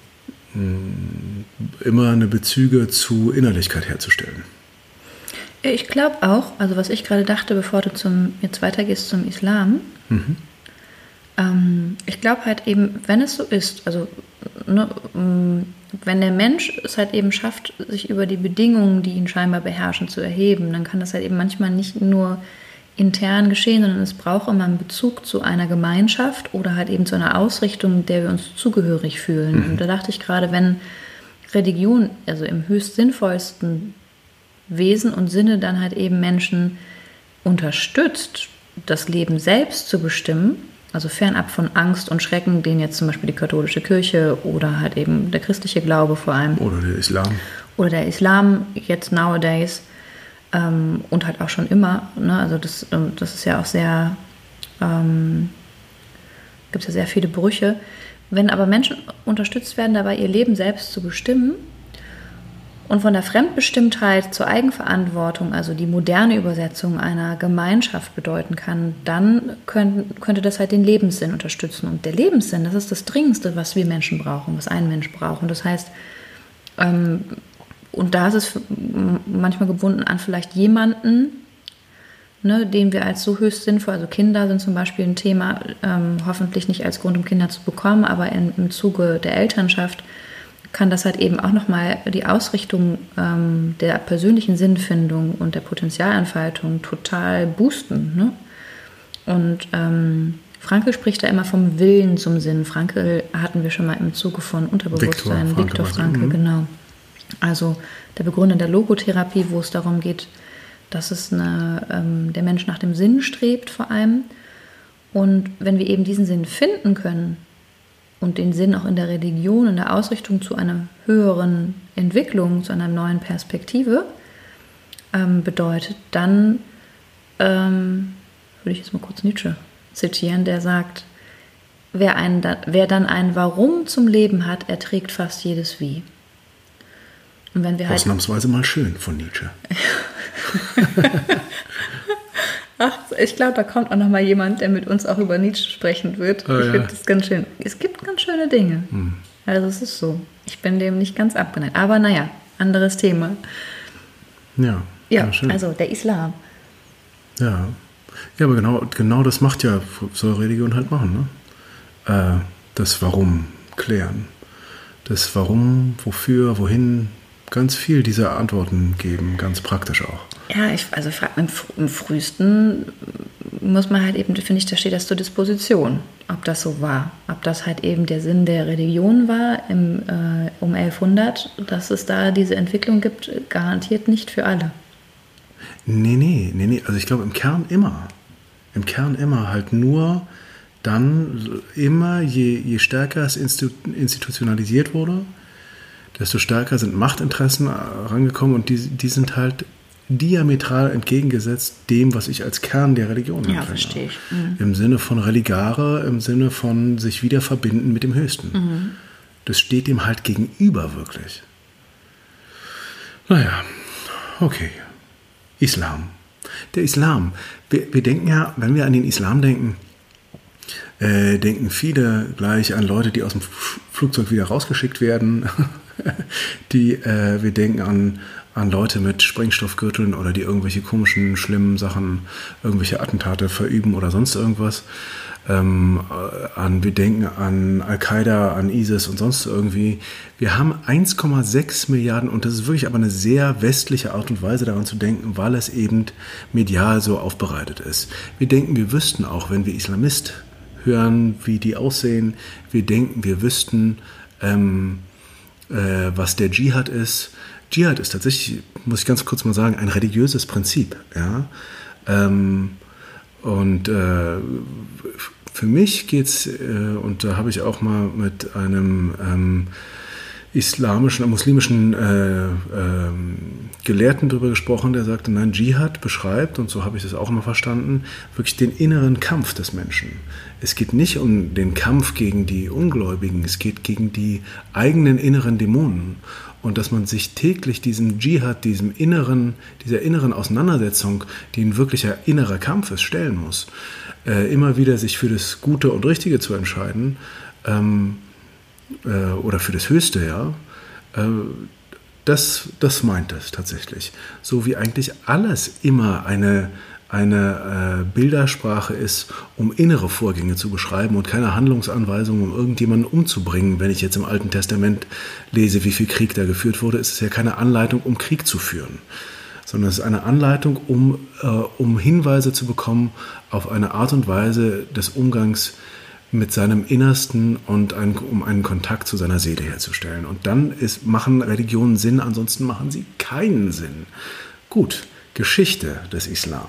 immer eine Bezüge zu Innerlichkeit herzustellen. Ich glaube auch, also was ich gerade dachte, bevor du zum, jetzt weitergehst zum Islam, mhm. ähm, ich glaube halt eben, wenn es so ist, also ne, wenn der Mensch es halt eben schafft, sich über die Bedingungen, die ihn scheinbar beherrschen, zu erheben, dann kann das halt eben manchmal nicht nur intern geschehen, sondern es braucht immer einen Bezug zu einer Gemeinschaft oder halt eben zu einer Ausrichtung, der wir uns zugehörig fühlen. Mhm. Und da dachte ich gerade, wenn Religion, also im höchst sinnvollsten Wesen und Sinne dann halt eben Menschen unterstützt, das Leben selbst zu bestimmen, also fernab von Angst und Schrecken, den jetzt zum Beispiel die katholische Kirche oder halt eben der christliche Glaube vor allem. Oder der Islam. Oder der Islam jetzt nowadays. Ähm, und halt auch schon immer, ne? Also das, ähm, das ist ja auch sehr, ähm, gibt es ja sehr viele Brüche. Wenn aber Menschen unterstützt werden, dabei ihr Leben selbst zu bestimmen und von der Fremdbestimmtheit zur Eigenverantwortung, also die moderne Übersetzung einer Gemeinschaft bedeuten kann, dann können, könnte das halt den Lebenssinn unterstützen. Und der Lebenssinn, das ist das Dringendste, was wir Menschen brauchen, was ein Mensch braucht. Und das heißt, ähm, und da ist es manchmal gebunden an vielleicht jemanden, ne, den wir als so höchst sinnvoll, also Kinder sind zum Beispiel ein Thema, ähm, hoffentlich nicht als Grund, um Kinder zu bekommen, aber in, im Zuge der Elternschaft kann das halt eben auch nochmal die Ausrichtung ähm, der persönlichen Sinnfindung und der Potenzialentfaltung total boosten. Ne? Und ähm, Frankl spricht da immer vom Willen zum Sinn. Frankl hatten wir schon mal im Zuge von Unterbewusstsein, Viktor Frankl, Frankl genau. Also der Begründer der Logotherapie, wo es darum geht, dass es eine, ähm, der Mensch nach dem Sinn strebt vor allem. Und wenn wir eben diesen Sinn finden können und den Sinn auch in der Religion, in der Ausrichtung zu einer höheren Entwicklung, zu einer neuen Perspektive ähm, bedeutet, dann ähm, würde ich jetzt mal kurz Nietzsche zitieren, der sagt, wer, ein, wer dann ein Warum zum Leben hat, erträgt fast jedes Wie. Und wenn wir halt ausnahmsweise mal schön von Nietzsche. Ach, ich glaube, da kommt auch noch mal jemand, der mit uns auch über Nietzsche sprechen wird. Oh, ich ja. finde das ganz schön. Es gibt ganz schöne Dinge. Hm. Also es ist so. Ich bin dem nicht ganz abgeneigt. Aber naja, anderes Thema. Ja, ja, ja schön. Also der Islam. Ja, ja, aber genau, genau das macht ja so Religion halt machen. Ne? Äh, das Warum klären. Das Warum, wofür, wohin, ganz viel dieser Antworten geben, ganz praktisch auch. Ja, ich, also im, im frühesten muss man halt eben, finde ich, da steht das zur Disposition, ob das so war. Ob das halt eben der Sinn der Religion war im, äh, um elfhundert, dass es da diese Entwicklung gibt, garantiert nicht für alle. Nee, nee, nee, nee. Also ich glaube im Kern immer. Im Kern immer halt nur dann immer, je, je stärker es institutionalisiert wurde, desto stärker sind Machtinteressen rangekommen und die, die sind halt diametral entgegengesetzt dem, was ich als Kern der Religion empfinde. Ja, verstehe ich. Mhm. Im Sinne von Religare, im Sinne von sich wieder verbinden mit dem Höchsten. Mhm. Das steht dem halt gegenüber wirklich. Naja, okay. Islam. Der Islam. Wir, wir denken ja, wenn wir an den Islam denken, äh, denken viele gleich an Leute, die aus dem Flugzeug wieder rausgeschickt werden. die, äh, wir denken an, an Leute mit Sprengstoffgürteln oder die irgendwelche komischen, schlimmen Sachen, irgendwelche Attentate verüben oder sonst irgendwas. Ähm, an, wir denken an Al-Qaida, an ISIS und sonst irgendwie. Wir haben eins Komma sechs Milliarden, und das ist wirklich aber eine sehr westliche Art und Weise daran zu denken, weil es eben medial so aufbereitet ist. Wir denken, wir wüssten auch, wenn wir Islamist hören, wie die aussehen. Wir denken, wir wüssten, ähm, äh, was der Dschihad ist. Dschihad ist tatsächlich, muss ich ganz kurz mal sagen, ein religiöses Prinzip. Ja? Ähm, und äh, für mich geht's, äh, und da habe ich auch mal mit einem ähm, islamischen, muslimischen äh, äh, Gelehrten darüber gesprochen, der sagte, nein, Dschihad beschreibt, und so habe ich das auch immer verstanden, wirklich den inneren Kampf des Menschen. Es geht nicht um den Kampf gegen die Ungläubigen, es geht gegen die eigenen inneren Dämonen. Und dass man sich täglich diesem Dschihad, diesem inneren, dieser inneren Auseinandersetzung, die ein wirklicher innerer Kampf ist, stellen muss, äh, immer wieder sich für das Gute und Richtige zu entscheiden, ähm, äh, oder für das Höchste, ja, äh, das, das meint es tatsächlich. So wie eigentlich alles immer eine, eine äh, Bildersprache ist, um innere Vorgänge zu beschreiben und keine Handlungsanweisung, um irgendjemanden umzubringen. Wenn ich jetzt im Alten Testament lese, wie viel Krieg da geführt wurde, ist es ja keine Anleitung, um Krieg zu führen, sondern es ist eine Anleitung, um, äh, um Hinweise zu bekommen auf eine Art und Weise des Umgangs mit seinem Innersten und ein, um einen Kontakt zu seiner Seele herzustellen. Und dann ist, machen Religionen Sinn, ansonsten machen sie keinen Sinn. Gut, Geschichte des Islam.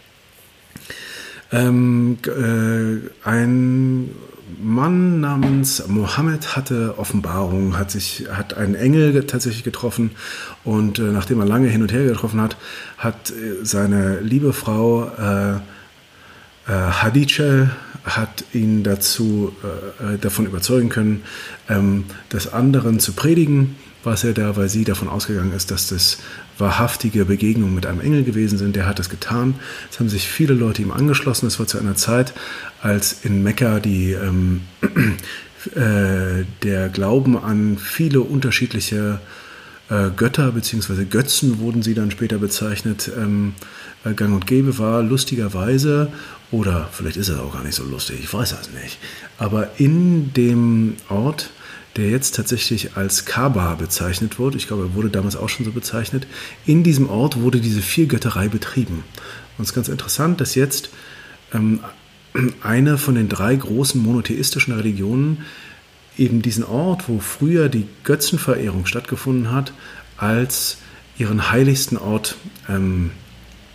Ähm, äh, ein Mann namens Mohammed hatte Offenbarung, hat sich, hat einen Engel tatsächlich getroffen, und äh, nachdem er lange hin und her getroffen hat, hat äh, seine liebe Frau äh, äh, Hadidja hat ihn dazu äh, davon überzeugen können, ähm, des anderen zu predigen, was er da, weil sie davon ausgegangen ist, dass das wahrhaftige Begegnungen mit einem Engel gewesen sind. Der hat es getan. Es haben sich viele Leute ihm angeschlossen. Es war zu einer Zeit, als in Mekka die, ähm, äh, der Glauben an viele unterschiedliche äh, Götter bzw. Götzen, wurden sie dann später bezeichnet, ähm, äh, gang und gäbe war, lustigerweise, oder vielleicht ist es auch gar nicht so lustig, ich weiß das nicht, aber in dem Ort, der jetzt tatsächlich als Kaaba bezeichnet wurde, ich glaube, er wurde damals auch schon so bezeichnet, in diesem Ort wurde diese Viergötterei betrieben. Und es ist ganz interessant, dass jetzt ähm, eine von den drei großen monotheistischen Religionen eben diesen Ort, wo früher die Götzenverehrung stattgefunden hat, als ihren heiligsten Ort ähm,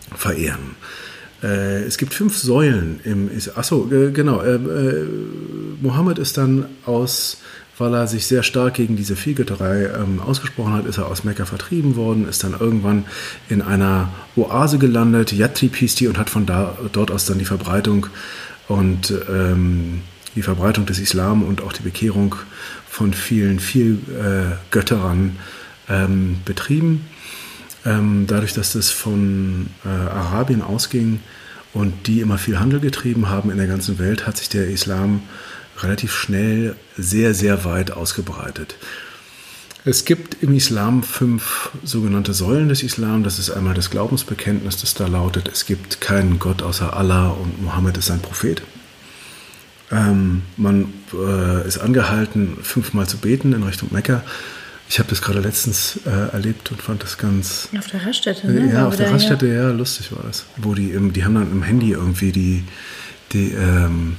verehren. Äh, es gibt fünf Säulen im Islam. Achso, äh, genau. Äh, äh, Mohammed ist dann aus, weil er sich sehr stark gegen diese Vielgötterei ähm, ausgesprochen hat, ist er aus Mekka vertrieben worden, ist dann irgendwann in einer Oase gelandet, Yathrib hieß die, und hat von da, dort aus dann die Verbreitung und ähm, die Verbreitung des Islam und auch die Bekehrung von vielen, viel äh, Götterern ähm, betrieben. Ähm, dadurch, dass das von äh, Arabien ausging und die immer viel Handel getrieben haben in der ganzen Welt, hat sich der Islam relativ schnell sehr, sehr weit ausgebreitet. Es gibt im Islam fünf sogenannte Säulen des Islam. Das ist einmal das Glaubensbekenntnis, das da lautet, es gibt keinen Gott außer Allah und Mohammed ist ein Prophet. Ähm, man äh, ist angehalten, fünfmal zu beten in Richtung Mekka. Ich habe das gerade letztens äh, erlebt und fand das ganz... Auf der Raststätte, ne? Ja, auf der Raststätte, ja, lustig war das. Wo die, im, die haben dann im Handy irgendwie die, die ähm,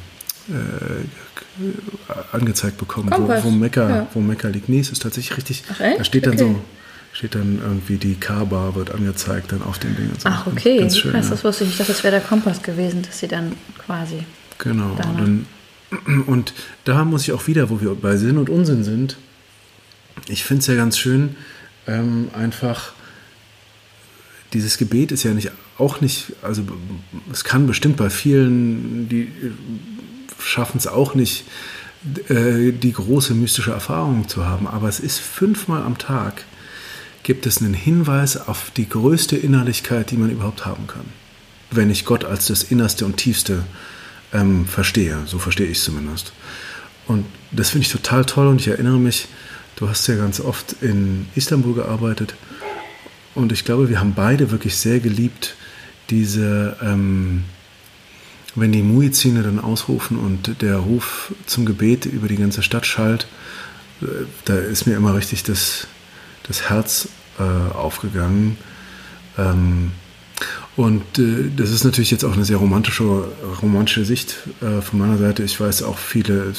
äh, angezeigt bekommen, wo, wo, Mekka, ja. wo Mekka liegt. Nee, es ist tatsächlich richtig. Ach, echt? Da steht dann okay. so, steht dann irgendwie die Kaaba wird angezeigt dann auf dem Ding. Und so. Ach, okay. Ganz schön, Krass, ja. Das wusste ich nicht. Ich dachte, das wäre der Kompass gewesen, dass sie dann quasi... Genau. Dann, und da muss ich auch wieder, wo wir bei Sinn und Unsinn sind, ich finde es ja ganz schön, ähm, einfach, dieses Gebet ist ja nicht, auch nicht, also es kann bestimmt bei vielen, die schaffen es auch nicht, äh, die große mystische Erfahrung zu haben, aber es ist fünfmal am Tag, gibt es einen Hinweis auf die größte Innerlichkeit, die man überhaupt haben kann. Wenn ich Gott als das Innerste und Tiefste ähm, verstehe, so verstehe ich es zumindest. Und das finde ich total toll und ich erinnere mich, du hast ja ganz oft in Istanbul gearbeitet und ich glaube, wir haben beide wirklich sehr geliebt, diese, ähm, wenn die Muezzine dann ausrufen und der Ruf zum Gebet über die ganze Stadt schallt, äh, da ist mir immer richtig das, das Herz äh, aufgegangen. Ähm, und äh, das ist natürlich jetzt auch eine sehr romantische, romantische Sicht äh, von meiner Seite. Ich weiß auch viele,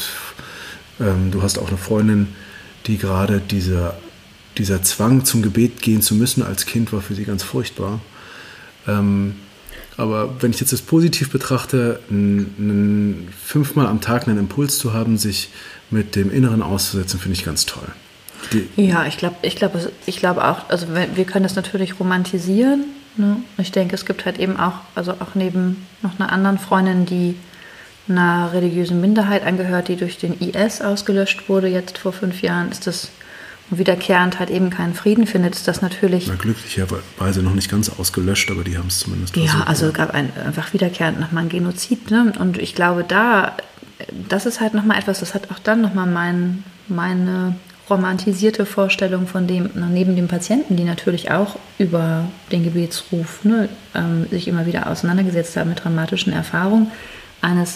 ähm, du hast auch eine Freundin, die gerade dieser, dieser Zwang zum Gebet gehen zu müssen als Kind war für sie ganz furchtbar. Ähm, aber wenn ich jetzt das positiv betrachte, n, n, fünfmal am Tag einen Impuls zu haben, sich mit dem Inneren auszusetzen, finde ich ganz toll. Die, ja, ich glaube ich glaub, ich glaub auch, also wir können das natürlich romantisieren. Ne? Ich denke, es gibt halt eben auch, also auch neben noch einer anderen Freundin, die einer religiösen Minderheit angehört, die durch den I S ausgelöscht wurde, jetzt vor fünf Jahren, ist das und wiederkehrend halt eben keinen Frieden findet, ist das natürlich... Na, glücklicherweise noch nicht ganz ausgelöscht, aber die haben es zumindest versucht. Ja, also es gab ein, einfach wiederkehrend nochmal ein Genozid. Ne? Und ich glaube, da, das ist halt nochmal etwas, das hat auch dann nochmal mein, meine romantisierte Vorstellung von dem, neben dem Patienten, die natürlich auch über den Gebetsruf ne, ähm, sich immer wieder auseinandergesetzt haben mit dramatischen Erfahrungen, eines...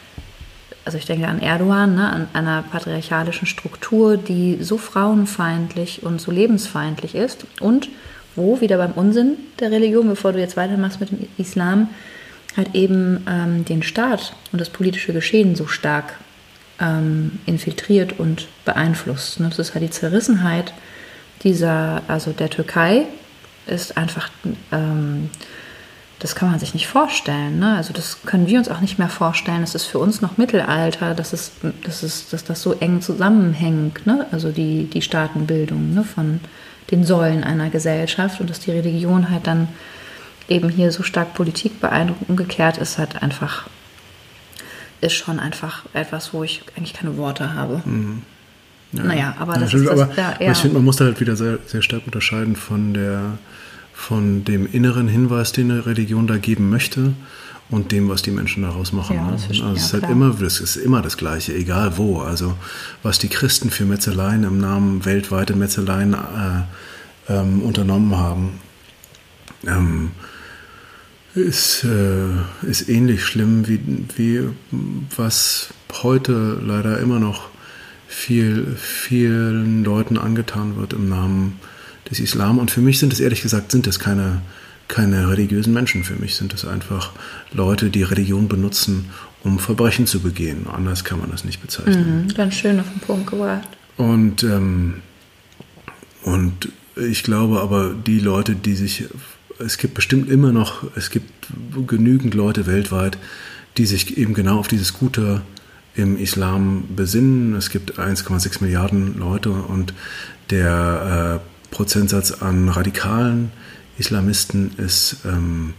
Also ich denke an Erdogan, ne, an einer patriarchalischen Struktur, die so frauenfeindlich und so lebensfeindlich ist und wo, wieder beim Unsinn der Religion, bevor du jetzt weitermachst mit dem Islam, halt eben ähm, den Staat und das politische Geschehen so stark ähm, infiltriert und beeinflusst. Ne? Das ist halt die Zerrissenheit dieser, also der Türkei ist einfach... Ähm, Das kann man sich nicht vorstellen. Ne? Also das können wir uns auch nicht mehr vorstellen. Das ist für uns noch Mittelalter, dass, es, dass, es, dass das so eng zusammenhängt. Ne? Also die, die Staatenbildung ne? von den Säulen einer Gesellschaft und dass die Religion halt dann eben hier so stark Politik beeindruckt. Umgekehrt ist halt einfach, ist schon einfach etwas, wo ich eigentlich keine Worte habe. Mhm. Ja. Naja, aber ja, das stimmt, ist das, aber, ja, aber ich finde, man muss da halt wieder sehr, sehr stark unterscheiden von der von dem inneren Hinweis, den eine Religion da geben möchte und dem, was die Menschen daraus machen. Ja, ne? das Also ja, es ist halt klar. immer, das ist immer das Gleiche, egal wo. Also was die Christen für Metzeleien im Namen weltweite Metzeleien äh, ähm, unternommen haben, ähm, ist, äh, ist ähnlich schlimm wie, wie was heute leider immer noch viel, vielen Leuten angetan wird im Namen des Islam. Und für mich sind es ehrlich gesagt, sind es keine, keine religiösen Menschen. Für mich sind es einfach Leute, die Religion benutzen, um Verbrechen zu begehen. Anders kann man das nicht bezeichnen. Mhm, ganz schön auf den Punkt gebracht. Und, ähm, und ich glaube aber, die Leute, die sich es gibt bestimmt immer noch, es gibt genügend Leute weltweit, die sich eben genau auf dieses Gute im Islam besinnen. Es gibt eins Komma sechs Milliarden Leute und der äh, Prozentsatz an radikalen Islamisten ist, ähm,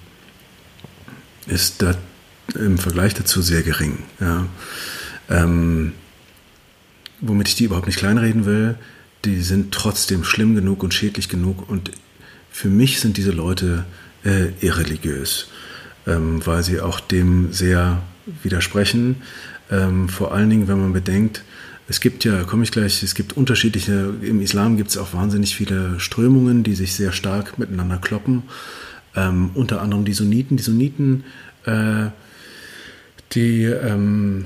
ist da im Vergleich dazu sehr gering. Ja. Ähm, womit ich die überhaupt nicht kleinreden will, die sind trotzdem schlimm genug und schädlich genug und für mich sind diese Leute äh, irreligiös, ähm, weil sie auch dem sehr widersprechen. Ähm, vor allen Dingen, wenn man bedenkt, es gibt ja, komme ich gleich, es gibt unterschiedliche, im Islam gibt es auch wahnsinnig viele Strömungen, die sich sehr stark miteinander kloppen. Ähm, unter anderem die Sunniten. Die Sunniten, äh, die ähm,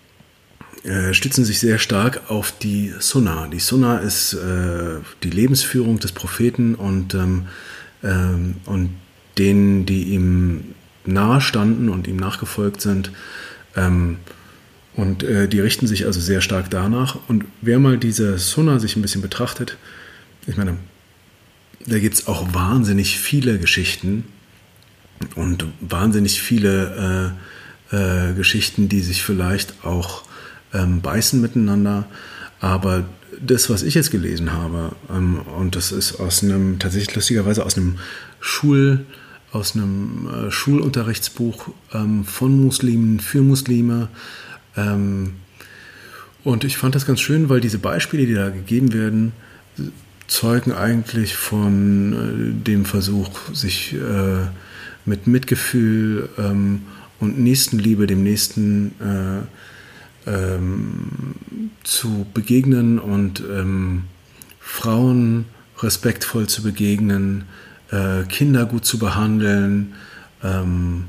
äh, stützen sich sehr stark auf die Sunna. Die Sunna ist äh, die Lebensführung des Propheten und, ähm, ähm, und denen, die ihm nahe standen und ihm nachgefolgt sind, ähm, und äh, die richten sich also sehr stark danach. Und wer mal diese Sunna sich ein bisschen betrachtet, ich meine, da gibt es auch wahnsinnig viele Geschichten und wahnsinnig viele äh, äh, Geschichten, die sich vielleicht auch ähm, beißen miteinander. Aber das, was ich jetzt gelesen habe, ähm, und das ist aus einem, tatsächlich lustigerweise aus einem Schul, aus einem äh, Schulunterrichtsbuch ähm, von Muslimen für Muslime. Ähm, und ich fand das ganz schön, weil diese Beispiele, die da gegeben werden, zeugen eigentlich von äh, dem Versuch, sich äh, mit Mitgefühl ähm, und Nächstenliebe dem Nächsten äh, ähm, zu begegnen und ähm, Frauen respektvoll zu begegnen, äh, Kinder gut zu behandeln. Ähm,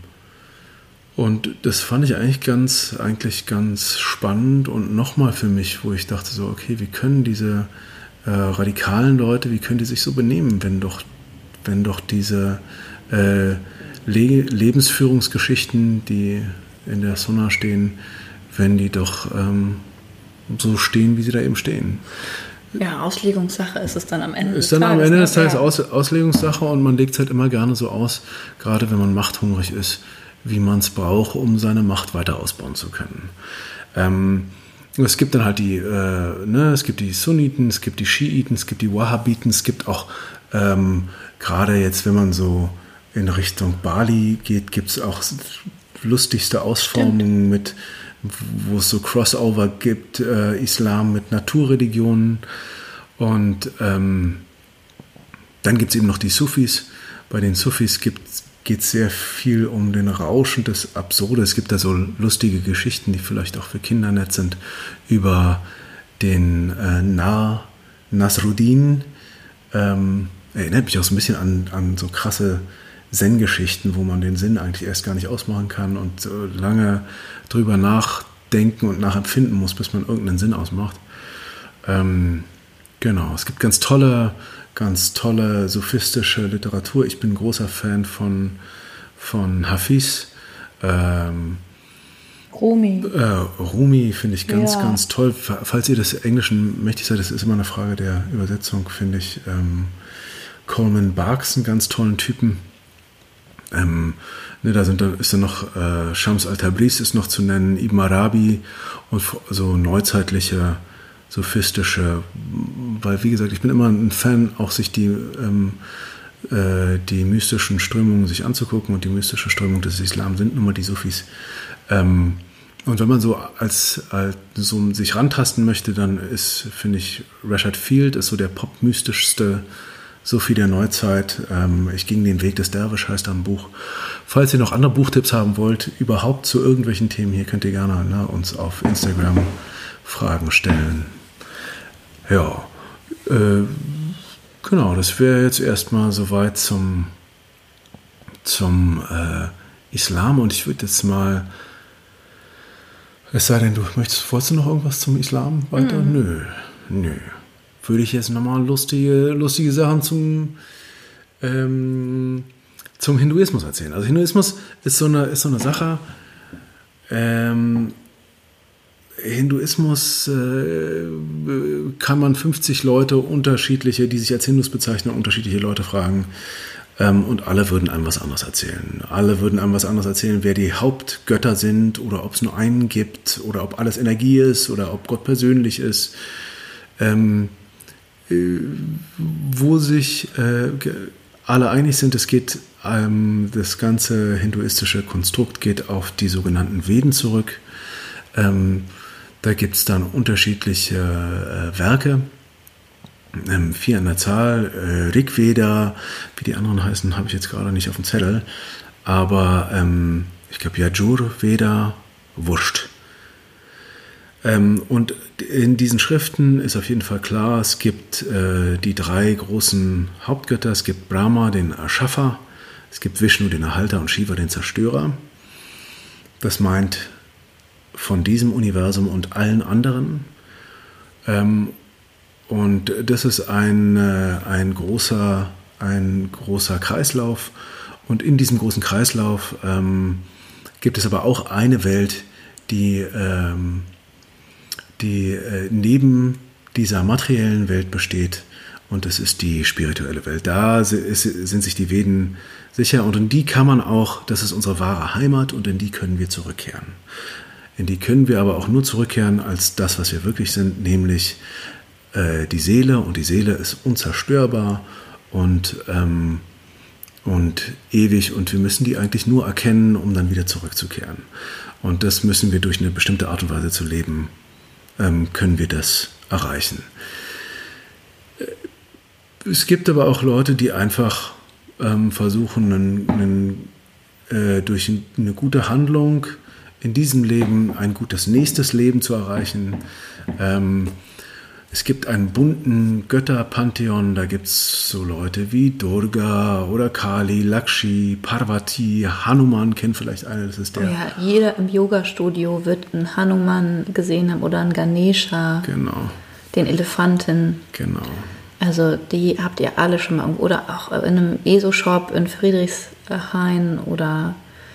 und das fand ich eigentlich ganz, eigentlich ganz spannend und nochmal für mich, wo ich dachte so, okay, wie können diese äh, radikalen Leute, wie können die sich so benehmen, wenn doch, wenn doch diese äh, Le- Lebensführungsgeschichten, die in der Sunna stehen, wenn die doch ähm, so stehen, wie sie da eben stehen. Ja, Auslegungssache ist es dann am Ende des Tages. Ist dann am Ende des Tages Aus, Auslegungssache und man legt es halt immer gerne so aus, gerade wenn man machthungrig ist, wie man es braucht, um seine Macht weiter ausbauen zu können. Ähm, es gibt dann halt die, äh, ne, es gibt die Sunniten, es gibt die Schiiten, es gibt die Wahhabiten, es gibt auch ähm, gerade jetzt, wenn man so in Richtung Bali geht, gibt es auch lustigste Ausformungen mit, wo es so Crossover gibt, äh, Islam mit Naturreligionen. Und ähm, dann gibt es eben noch die Sufis. Bei den Sufis geht es sehr viel um den Rausch und das Absurde. Es gibt da so lustige Geschichten, die vielleicht auch für Kinder nett sind, über den äh, Nar Nasruddin. Ähm, erinnert mich auch so ein bisschen an, an so krasse Zen-Geschichten, wo man den Sinn eigentlich erst gar nicht ausmachen kann und äh, lange drüber nachdenken und nachempfinden muss, bis man irgendeinen Sinn ausmacht. Ähm, genau, es gibt ganz tolle, ganz tolle sophistische Literatur. Ich bin ein großer Fan von, von Hafiz. Ähm, Rumi. Äh, Rumi finde ich ganz, ja. ganz toll. Falls ihr des Englischen mächtig seid, das ist immer eine Frage der Übersetzung, finde ich. Ähm, Coleman Barks, einen ganz tollen Typen. Ähm, ne, da sind, ist dann noch äh, Shams al-Tabriz ist noch zu nennen, Ibn Arabi und so neuzeitliche, sophistische, weil wie gesagt, ich bin immer ein Fan, auch sich die, ähm, äh, die mystischen Strömungen sich anzugucken und die mystische Strömung des Islam sind nun mal die Sufis. Ähm, und wenn man so als, als so sich rantasten möchte, dann ist, finde ich, Rashad Field ist so der popmystischste Sufi der Neuzeit. Ähm, ich ging den Weg des Derwisch, heißt da ein Buch. Falls ihr noch andere Buchtipps haben wollt, überhaupt zu irgendwelchen Themen, hier könnt ihr gerne ne, uns auf Instagram Fragen stellen. Ja, äh, genau, das wäre jetzt erstmal soweit zum, zum äh, Islam und ich würde jetzt mal, es sei denn, du möchtest, wolltest du noch irgendwas zum Islam weiter? Mhm. Nö, nö. Würde ich jetzt nochmal lustige, lustige Sachen zum, ähm, zum Hinduismus erzählen. Also Hinduismus ist so eine, ist so eine Sache, ähm, Hinduismus äh, kann man fünfzig Leute unterschiedliche, die sich als Hindus bezeichnen, unterschiedliche Leute fragen, ähm, und alle würden einem was anderes erzählen. Alle würden einem was anderes erzählen, wer die Hauptgötter sind oder ob es nur einen gibt oder ob alles Energie ist oder ob Gott persönlich ist. Ähm, äh, wo sich äh, alle einig sind, es geht, ähm, das ganze hinduistische Konstrukt geht auf die sogenannten Veden zurück. Ähm, da gibt es dann unterschiedliche äh, Werke, ähm, vier an der Zahl, äh, Rig Veda, wie die anderen heißen, habe ich jetzt gerade nicht auf dem Zettel, aber ähm, ich glaube Yajur Veda, wurscht. Ähm, und in diesen Schriften ist auf jeden Fall klar, es gibt äh, die drei großen Hauptgötter. Es gibt Brahma, den Erschaffer, es gibt Vishnu, den Erhalter und Shiva, den Zerstörer. Das meint von diesem Universum und allen anderen. Ähm, und das ist ein, äh, ein, großer, ein großer Kreislauf. Und in diesem großen Kreislauf ähm, gibt es aber auch eine Welt, die... Ähm, die äh, neben dieser materiellen Welt besteht, und das ist die spirituelle Welt. Da ist, sind sich die Veden sicher, und in die kann man auch, das ist unsere wahre Heimat, und in die können wir zurückkehren. In die können wir aber auch nur zurückkehren als das, was wir wirklich sind, nämlich äh, die Seele, und die Seele ist unzerstörbar und, ähm, und ewig, und wir müssen die eigentlich nur erkennen, um dann wieder zurückzukehren. Und das müssen wir durch eine bestimmte Art und Weise zu leben können wir das erreichen. Es gibt aber auch Leute, die einfach ähm, versuchen, einen, einen, äh, durch eine gute Handlung in diesem Leben ein gutes nächstes Leben zu erreichen. Ähm, es gibt einen bunten Götterpantheon, da gibt es so Leute wie Durga oder Kali, Lakshmi, Parvati, Hanuman, kennt vielleicht einer, das ist der. Oh ja, jeder im Yoga-Studio wird einen Hanuman gesehen haben oder einen Ganesha. Genau. Den Elefanten. Genau. Also die habt ihr alle schon mal, oder auch in einem E S O-Shop in Friedrichshain oder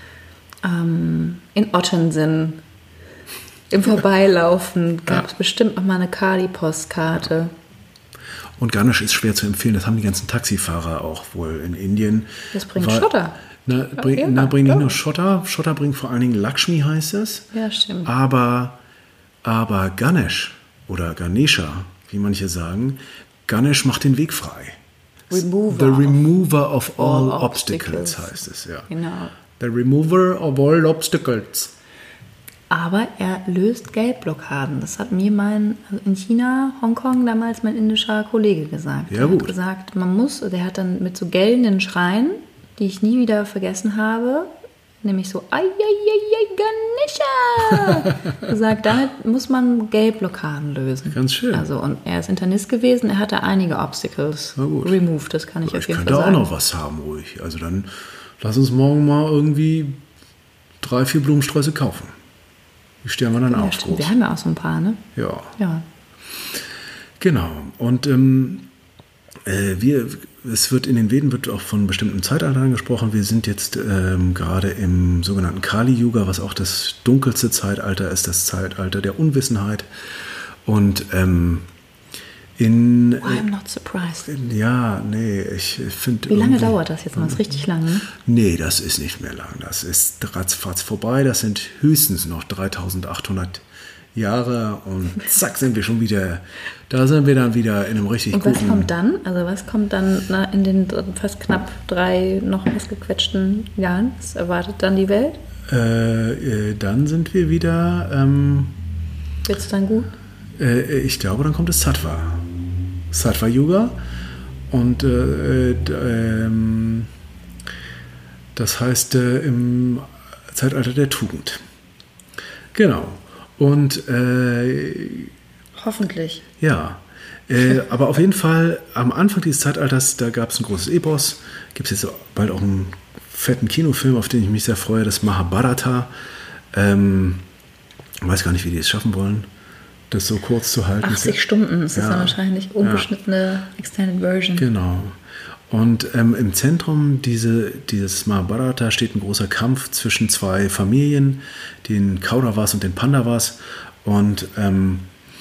ähm, in Ottensen. Im Vorbeilaufen gab es ja bestimmt noch mal eine Kali-Postkarte. Und Ganesh ist schwer zu empfehlen, das haben die ganzen Taxifahrer auch wohl in Indien. Das bringt Weil, Schotter. Na, bring, ja, na, bringt nicht nur Schotter, Schotter bringt vor allen Dingen Lakshmi, heißt es. Ja, stimmt. Aber, aber Ganesh oder Ganesha, wie manche sagen, Ganesh macht den Weg frei. Remover The remover of, of all, all obstacles. obstacles heißt es, ja. Genau. The remover of all obstacles. Aber er löst Geldblockaden. Das hat mir mein, also in China, Hongkong, damals mein indischer Kollege gesagt. Ja, der gut. hat gesagt, man muss, der hat dann mit so gelben Schreien, die ich nie wieder vergessen habe, nämlich so, ai, ai, ai, ai, Ganesha, gesagt, damit muss man Geldblockaden lösen. Ganz schön. Also, und er ist Internist gewesen, er hatte einige Obstacles removed, das kann ich ja, auf jeden Fall sagen. Ich könnte auch noch was haben, ruhig. Also dann lass uns morgen mal irgendwie drei, vier Blumensträuße kaufen. Die stellen wir dann ja, auf. Stimmt. Wir haben ja auch so ein paar, ne? Ja. Ja. Genau. Und ähm, äh, wir, es wird in den Veden wird auch von bestimmten Zeitaltern gesprochen. Wir sind jetzt ähm, gerade im sogenannten Kali-Yuga, was auch das dunkelste Zeitalter ist, das Zeitalter der Unwissenheit. Und ähm, in... Oh, I'm not surprised. In, ja, nee, ich finde... Wie lange dauert das jetzt noch? Das ist richtig lang, ne? Nee, das ist nicht mehr lang. Das ist ratzfatz vorbei. Das sind höchstens noch dreitausendachthundert Jahre und zack, sind wir schon wieder, da sind wir dann wieder in einem richtig und guten... Und was kommt dann? Also was kommt dann na, in den fast knapp drei noch ausgequetschten Jahren? Was erwartet dann die Welt? Äh, äh, dann sind wir wieder... Ähm, Wird es dann gut? Äh, ich glaube, dann kommt das Sattva. Sattva-Yuga. Und äh, äh, ähm, das heißt äh, im Zeitalter der Tugend. Genau. Und äh, hoffentlich. Ja. Äh, aber auf jeden Fall, am Anfang dieses Zeitalters, da gab es ein großes Epos. Gibt es jetzt bald auch einen fetten Kinofilm, auf den ich mich sehr freue, das Mahabharata. Ähm, ich weiß gar nicht, wie die es schaffen wollen, das so kurz zu halten. achtzig Stunden ist das ja dann wahrscheinlich, unbeschnittene ja. Extended Version. Genau. Und ähm, im Zentrum diese, dieses Mahabharata steht ein großer Kampf zwischen zwei Familien, den Kauravas und den Pandavas. Und ähm,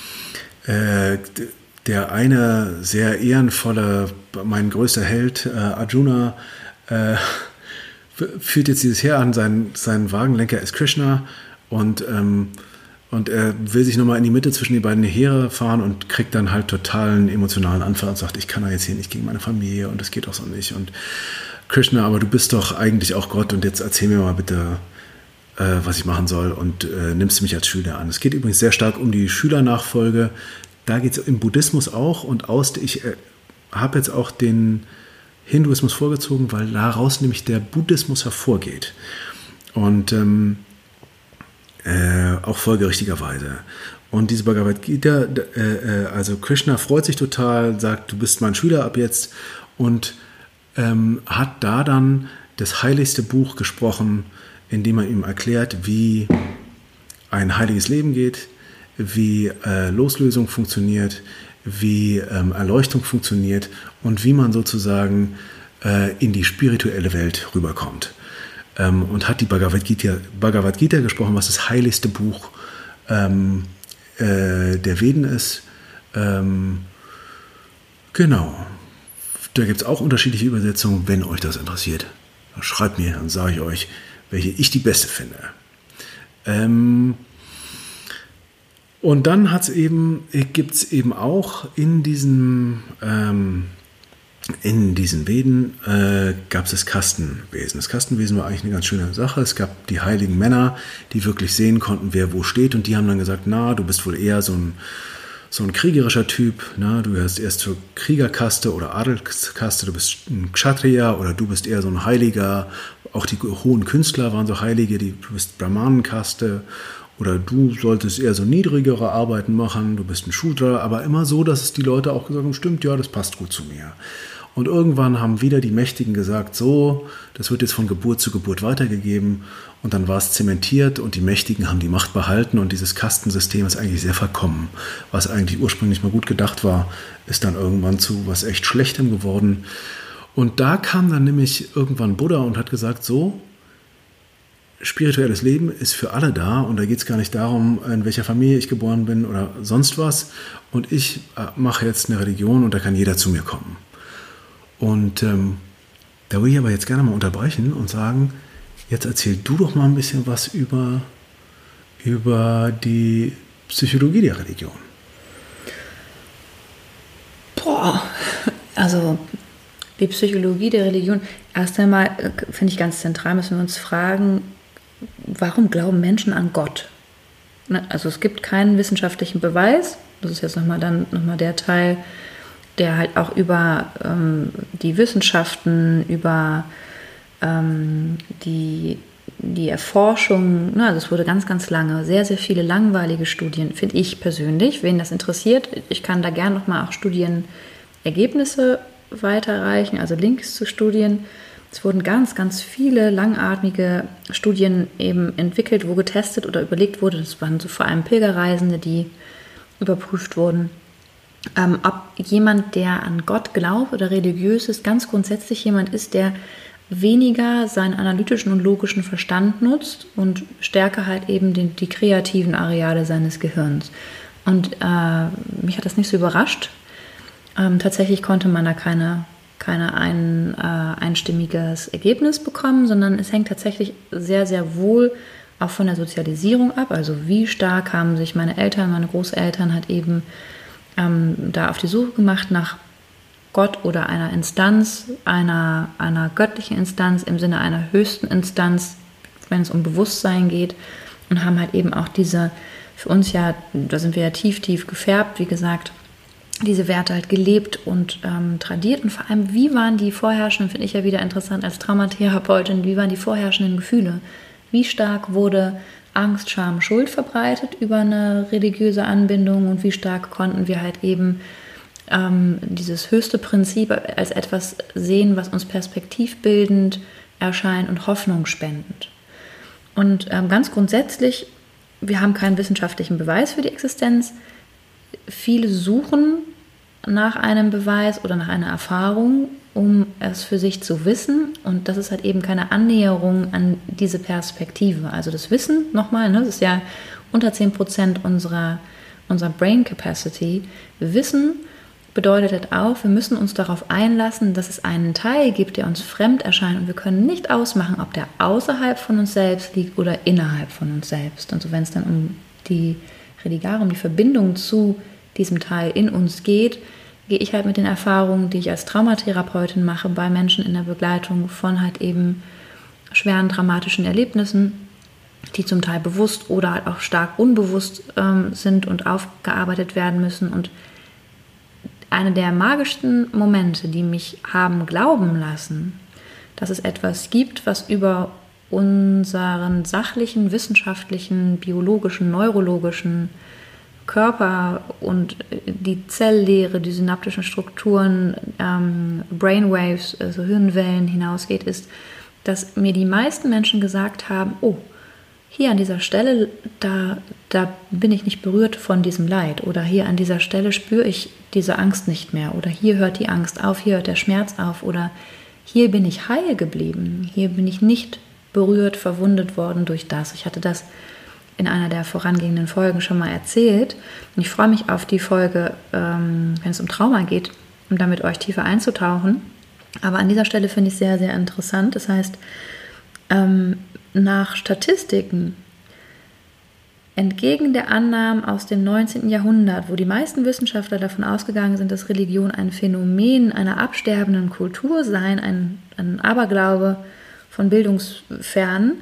äh, der eine sehr ehrenvolle, mein größter Held, äh, Arjuna, äh, führt jetzt dieses Heer an, sein, sein Wagenlenker ist Krishna und, ähm, und er will sich nochmal in die Mitte zwischen die beiden Heere fahren und kriegt dann halt totalen emotionalen Anfall und sagt, ich kann da jetzt hier nicht gegen meine Familie und das geht auch so nicht. Und Krishna, aber du bist doch eigentlich auch Gott und jetzt erzähl mir mal bitte, äh, was ich machen soll und äh, nimmst du mich als Schüler an. Es geht übrigens sehr stark um die Schülernachfolge. Da geht es im Buddhismus auch und aus, ich äh, habe jetzt auch den Hinduismus vorgezogen, weil daraus nämlich der Buddhismus hervorgeht. Und ähm, äh, auch folgerichtigerweise. Und diese Bhagavad Gita, äh, äh, also Krishna freut sich total, sagt, du bist mein Schüler ab jetzt und ähm, hat da dann das heiligste Buch gesprochen, in dem er ihm erklärt, wie ein heiliges Leben geht, wie äh, Loslösung funktioniert, wie ähm, Erleuchtung funktioniert und wie man sozusagen äh, in die spirituelle Welt rüberkommt. Ähm, und hat die Bhagavad Gita, Bhagavad Gita gesprochen, was das heiligste Buch ähm, äh, der Veden ist. Ähm, genau. Da gibt es auch unterschiedliche Übersetzungen. Wenn euch das interessiert, schreibt mir, dann sage ich euch, welche ich die beste finde. Ähm, Und dann hat's eben, gibt es eben auch in diesem, ähm, in diesen Veden äh, gab es das Kastenwesen. Das Kastenwesen war eigentlich eine ganz schöne Sache. Es gab die heiligen Männer, die wirklich sehen konnten, wer wo steht. Und die haben dann gesagt, na, du bist wohl eher so ein, so ein kriegerischer Typ. Na, du gehörst erst zur Kriegerkaste oder Adelskaste. Du bist ein Kshatriya oder du bist eher so ein Heiliger. Auch die hohen Künstler waren so Heilige. Die, du bist Brahmanenkaste. Oder du solltest eher so niedrigere Arbeiten machen, du bist ein Shudra, aber immer so, dass es die Leute auch gesagt haben, stimmt, ja, das passt gut zu mir. Und irgendwann haben wieder die Mächtigen gesagt, so, das wird jetzt von Geburt zu Geburt weitergegeben und dann war es zementiert und die Mächtigen haben die Macht behalten und dieses Kastensystem ist eigentlich sehr verkommen. Was eigentlich ursprünglich mal gut gedacht war, ist dann irgendwann zu was echt Schlechtem geworden. Und da kam dann nämlich irgendwann Buddha und hat gesagt, so, spirituelles Leben ist für alle da und da geht es gar nicht darum, in welcher Familie ich geboren bin oder sonst was. Und ich mache jetzt eine Religion und da kann jeder zu mir kommen. Und ähm, da will ich aber jetzt gerne mal unterbrechen und sagen, jetzt erzähl du doch mal ein bisschen was über, über die Psychologie der Religion. Boah, also die Psychologie der Religion, erst einmal finde ich ganz zentral, müssen wir uns fragen, warum glauben Menschen an Gott? Also es gibt keinen wissenschaftlichen Beweis. Das ist jetzt nochmal dann nochmal der Teil, der halt auch über ähm, die Wissenschaften, über ähm, die, die Erforschung, ne, also es wurde ganz, ganz lange, sehr, sehr viele langweilige Studien, finde ich persönlich, wen das interessiert. Ich kann da gerne nochmal auch Studienergebnisse weiterreichen, also Links zu Studien. Es wurden ganz, ganz viele langatmige Studien eben entwickelt, wo getestet oder überlegt wurde, das waren so vor allem Pilgerreisende, die überprüft wurden, ähm, ob jemand, der an Gott glaubt oder religiös ist, ganz grundsätzlich jemand ist, der weniger seinen analytischen und logischen Verstand nutzt und stärker halt eben den, die kreativen Areale seines Gehirns. Und äh, mich hat das nicht so überrascht. Ähm, tatsächlich konnte man da keine keine ein, äh, einstimmiges Ergebnis bekommen, sondern es hängt tatsächlich sehr, sehr wohl auch von der Sozialisierung ab. Also wie stark haben sich meine Eltern, meine Großeltern halt eben ähm, da auf die Suche gemacht nach Gott oder einer Instanz, einer, einer göttlichen Instanz im Sinne einer höchsten Instanz, wenn es um Bewusstsein geht, und haben halt eben auch diese, für uns ja, da sind wir ja tief, tief gefärbt, wie gesagt, diese Werte halt gelebt und ähm, tradiert. Und vor allem, wie waren die vorherrschenden, finde ich ja wieder interessant als Traumatherapeutin, wie waren die vorherrschenden Gefühle? Wie stark wurde Angst, Scham, Schuld verbreitet über eine religiöse Anbindung und wie stark konnten wir halt eben ähm, dieses höchste Prinzip als etwas sehen, was uns perspektivbildend erscheint und Hoffnung spendend. Und ähm, ganz grundsätzlich, wir haben keinen wissenschaftlichen Beweis für die Existenz. Viele suchen nach einem Beweis oder nach einer Erfahrung, um es für sich zu wissen. Und das ist halt eben keine Annäherung an diese Perspektive. Also das Wissen, nochmal, ne, das ist ja unter zehn Prozent unserer, unserer Brain Capacity. Wissen bedeutet das auch, wir müssen uns darauf einlassen, dass es einen Teil gibt, der uns fremd erscheint und wir können nicht ausmachen, ob der außerhalb von uns selbst liegt oder innerhalb von uns selbst. Und so, wenn es dann um die Religare, um die Verbindung zu diesem Teil in uns geht, gehe ich halt mit den Erfahrungen, die ich als Traumatherapeutin mache, bei Menschen in der Begleitung von halt eben schweren dramatischen Erlebnissen, die zum Teil bewusst oder halt auch stark unbewusst ähm, sind und aufgearbeitet werden müssen. Und eine der magischsten Momente, die mich haben glauben lassen, dass es etwas gibt, was über unseren sachlichen, wissenschaftlichen, biologischen, neurologischen Körper und die Zelllehre, die synaptischen Strukturen, ähm, Brainwaves, also Hirnwellen hinausgeht, ist, dass mir die meisten Menschen gesagt haben, oh, hier an dieser Stelle, da, da bin ich nicht berührt von diesem Leid oder hier an dieser Stelle spüre ich diese Angst nicht mehr oder hier hört die Angst auf, hier hört der Schmerz auf oder hier bin ich heil geblieben, hier bin ich nicht berührt, verwundet worden durch das. Ich hatte das in einer der vorangehenden Folgen schon mal erzählt und ich freue mich auf die Folge, ähm, wenn es um Trauma geht, um da mit euch tiefer einzutauchen. Aber an dieser Stelle finde ich es sehr, sehr interessant. Das heißt, ähm, nach Statistiken, entgegen der Annahmen aus dem neunzehnten Jahrhundert, wo die meisten Wissenschaftler davon ausgegangen sind, dass Religion ein Phänomen einer absterbenden Kultur sei, ein, ein Aberglaube von Bildungsfernen,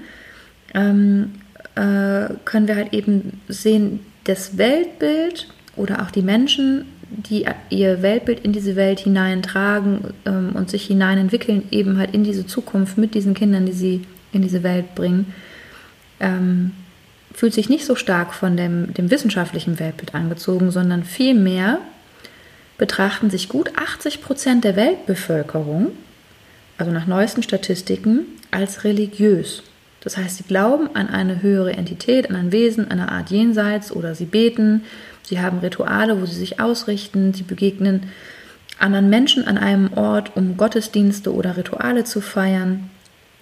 ähm, äh, können wir halt eben sehen, das Weltbild oder auch die Menschen, die ihr Weltbild in diese Welt hineintragen ähm, und sich hineinentwickeln, eben halt in diese Zukunft mit diesen Kindern, die sie in diese Welt bringen, ähm, fühlt sich nicht so stark von dem, dem wissenschaftlichen Weltbild angezogen, sondern vielmehr betrachten sich gut achtzig Prozent der Weltbevölkerung, also nach neuesten Statistiken, als religiös. Das heißt, sie glauben an eine höhere Entität, an ein Wesen, eine Art Jenseits oder sie beten, sie haben Rituale, wo sie sich ausrichten, sie begegnen anderen Menschen an einem Ort, um Gottesdienste oder Rituale zu feiern.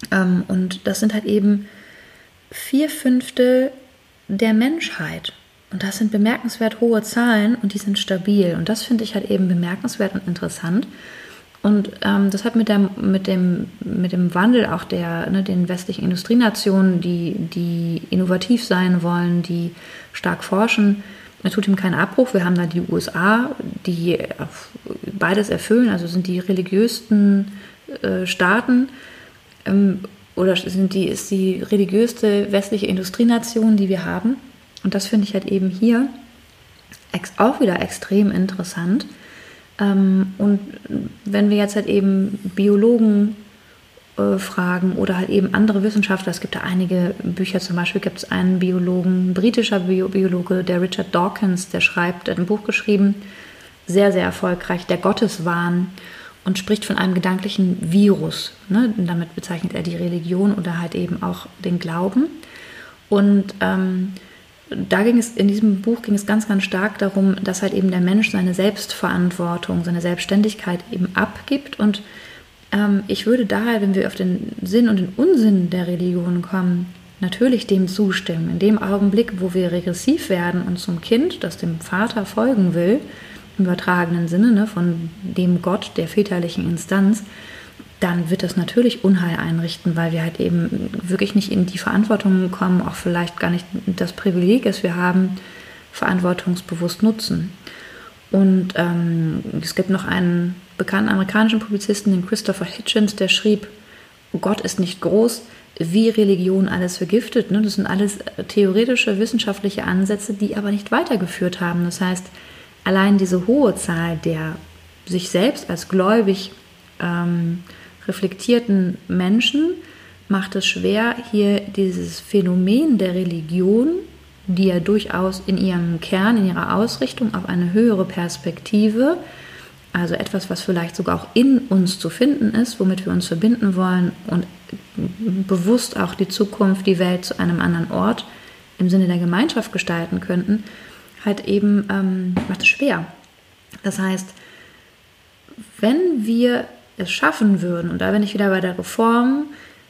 Und das sind halt eben vier Fünftel der Menschheit. Und das sind bemerkenswert hohe Zahlen und die sind stabil. Und das finde ich halt eben bemerkenswert und interessant. Und ähm, das hat mit, der, mit, dem, mit dem Wandel auch der, ne, den westlichen Industrienationen, die, die innovativ sein wollen, die stark forschen, das tut ihm keinen Abbruch. Wir haben da die U S A, die beides erfüllen, also sind die religiösten äh, Staaten, oder sind die, ist die religiöste westliche Industrienation, die wir haben. Und das finde ich halt eben hier ex- auch wieder extrem interessant. Ähm, und wenn wir jetzt halt eben Biologen äh, fragen oder halt eben andere Wissenschaftler, es gibt da einige Bücher, zum Beispiel gibt es einen Biologen, ein britischer Bio- Biologe, der Richard Dawkins, der schreibt, der hat ein Buch geschrieben, sehr, sehr erfolgreich, der Gotteswahn, und spricht von einem gedanklichen Virus. Ne? Und damit bezeichnet er die Religion oder halt eben auch den Glauben. Und ähm, da ging es, in diesem Buch ging es ganz, ganz stark darum, dass halt eben der Mensch seine Selbstverantwortung, seine Selbstständigkeit eben abgibt. Und ähm, ich würde daher, wenn wir auf den Sinn und den Unsinn der Religion kommen, natürlich dem zustimmen. In dem Augenblick, wo wir regressiv werden und zum Kind, das dem Vater folgen will, im übertragenen Sinne, ne, von dem Gott, der väterlichen Instanz, dann wird das natürlich Unheil einrichten, weil wir halt eben wirklich nicht in die Verantwortung kommen, auch vielleicht gar nicht das Privileg, das wir haben, verantwortungsbewusst nutzen. Und ähm, es gibt noch einen bekannten amerikanischen Publizisten, den Christopher Hitchens, der schrieb, Gott ist nicht groß, wie Religion alles vergiftet. Ne? Das sind alles theoretische, wissenschaftliche Ansätze, die aber nicht weitergeführt haben. Das heißt, allein diese hohe Zahl der sich selbst als gläubig ähm, reflektierten Menschen macht es schwer, hier dieses Phänomen der Religion, die ja durchaus in ihrem Kern, in ihrer Ausrichtung auf eine höhere Perspektive, also etwas, was vielleicht sogar auch in uns zu finden ist, womit wir uns verbinden wollen und bewusst auch die Zukunft, die Welt zu einem anderen Ort im Sinne der Gemeinschaft gestalten könnten, halt eben ähm, macht es schwer. Das heißt, wenn wir es schaffen würden, und da bin ich wieder bei der Reform,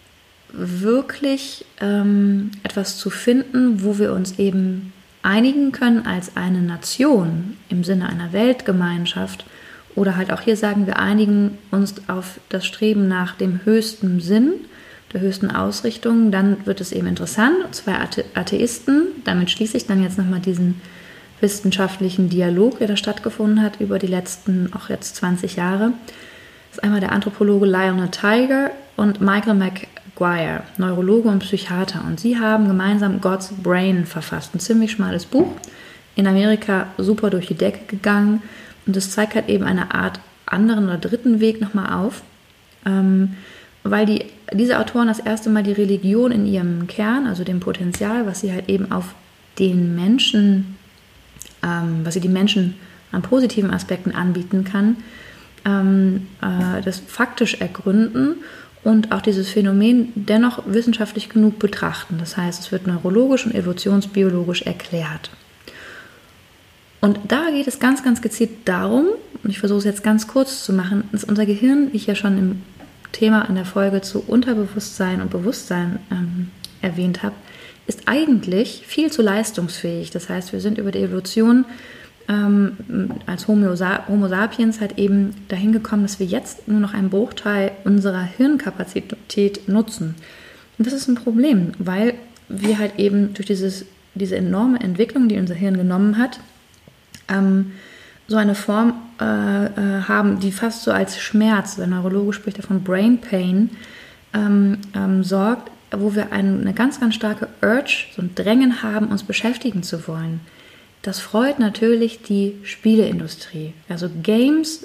wirklich ähm, etwas zu finden, wo wir uns eben einigen können als eine Nation im Sinne einer Weltgemeinschaft oder halt auch hier sagen, wir einigen uns auf das Streben nach dem höchsten Sinn, der höchsten Ausrichtung, dann wird es eben interessant. Zwei Athe- Atheisten, damit schließe ich dann jetzt nochmal diesen wissenschaftlichen Dialog, der da stattgefunden hat über die letzten, auch jetzt zwanzig Jahre. Das ist einmal der Anthropologe Lionel Tiger und Michael McGuire, Neurologe und Psychiater. Und sie haben gemeinsam God's Brain verfasst, ein ziemlich schmales Buch, in Amerika super durch die Decke gegangen. Und das zeigt halt eben eine Art anderen oder dritten Weg nochmal auf, ähm, weil die, diese Autoren das erste Mal die Religion in ihrem Kern, also dem Potenzial, was sie halt eben auf den Menschen, ähm, was sie die Menschen an positiven Aspekten anbieten kann, ähm, äh, das faktisch ergründen und auch dieses Phänomen dennoch wissenschaftlich genug betrachten. Das heißt, es wird neurologisch und evolutionsbiologisch erklärt. Und da geht es ganz, ganz gezielt darum, und ich versuche es jetzt ganz kurz zu machen, dass unser Gehirn, wie ich ja schon im Thema in der Folge zu Unterbewusstsein und Bewusstsein ähm, erwähnt habe, ist eigentlich viel zu leistungsfähig. Das heißt, wir sind über die Evolution ähm, als Homo, Homo sapiens halt eben dahin gekommen, dass wir jetzt nur noch einen Bruchteil unserer Hirnkapazität nutzen. Und das ist ein Problem, weil wir halt eben durch dieses, diese enorme Entwicklung, die unser Hirn genommen hat, ähm, so eine Form äh, äh, haben, die fast so als Schmerz, der Neurologe spricht ja von Brain Pain, ähm, ähm, sorgt, wo wir eine, eine ganz, ganz starke Urge, so ein Drängen haben, uns beschäftigen zu wollen. Das freut natürlich die Spieleindustrie. Also Games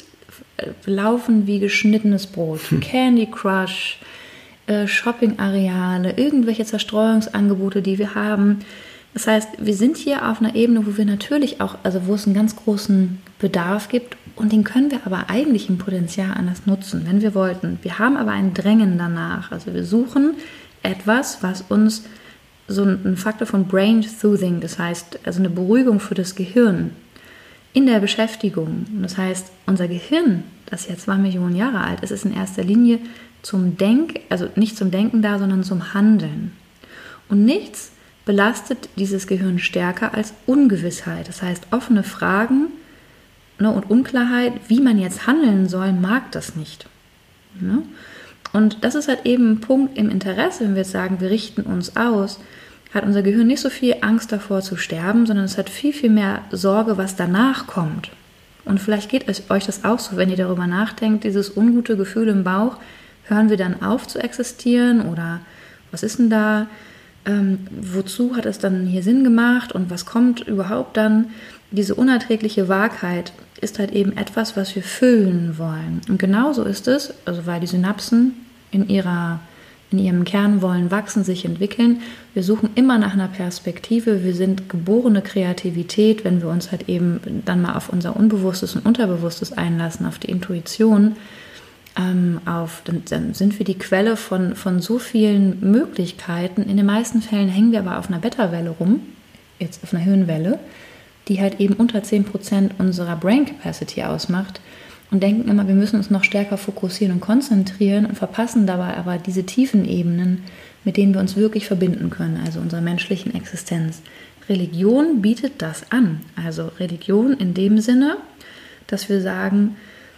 laufen wie geschnittenes Brot. Candy Crush, äh, Shoppingareale, irgendwelche Zerstreuungsangebote, die wir haben. Das heißt, wir sind hier auf einer Ebene, wo wir natürlich auch, also wo es einen ganz großen Bedarf gibt und den können wir aber eigentlich im Potenzial anders nutzen, wenn wir wollten. Wir haben aber ein Drängen danach. Also wir suchen etwas, was uns so ein Faktor von Brain Soothing, das heißt also eine Beruhigung für das Gehirn in der Beschäftigung. Das heißt, unser Gehirn, das jetzt zwei Millionen Jahre alt ist, ist in erster Linie zum Denk, also nicht zum Denken da, sondern zum Handeln. Und nichts belastet dieses Gehirn stärker als Ungewissheit. Das heißt, offene Fragen, ne, und Unklarheit, wie man jetzt handeln soll, mag das nicht. Ne? Und das ist halt eben ein Punkt im Interesse, wenn wir jetzt sagen, wir richten uns aus, hat unser Gehirn nicht so viel Angst davor zu sterben, sondern es hat viel, viel mehr Sorge, was danach kommt. Und vielleicht geht es euch das auch so, wenn ihr darüber nachdenkt, dieses ungute Gefühl im Bauch, hören wir dann auf zu existieren oder was ist denn da? Ähm, wozu hat es dann hier Sinn gemacht und was kommt überhaupt dann? Diese unerträgliche Wahrheit ist halt eben etwas, was wir füllen wollen. Und genauso ist es, also weil die Synapsen in, ihrer, in ihrem Kern wollen wachsen, sich entwickeln. Wir suchen immer nach einer Perspektive. Wir sind geborene Kreativität, wenn wir uns halt eben dann mal auf unser Unbewusstes und Unterbewusstes einlassen, auf die Intuition. Ähm, auf, dann, dann sind wir die Quelle von, von so vielen Möglichkeiten. In den meisten Fällen hängen wir aber auf einer Beta-Welle rum, jetzt auf einer Höhenwelle, die halt eben unter zehn Prozent unserer Brain Capacity ausmacht und denken immer, wir müssen uns noch stärker fokussieren und konzentrieren und verpassen dabei aber diese tiefen Ebenen, mit denen wir uns wirklich verbinden können, also unserer menschlichen Existenz. Religion bietet das an. Also Religion in dem Sinne, dass wir sagen,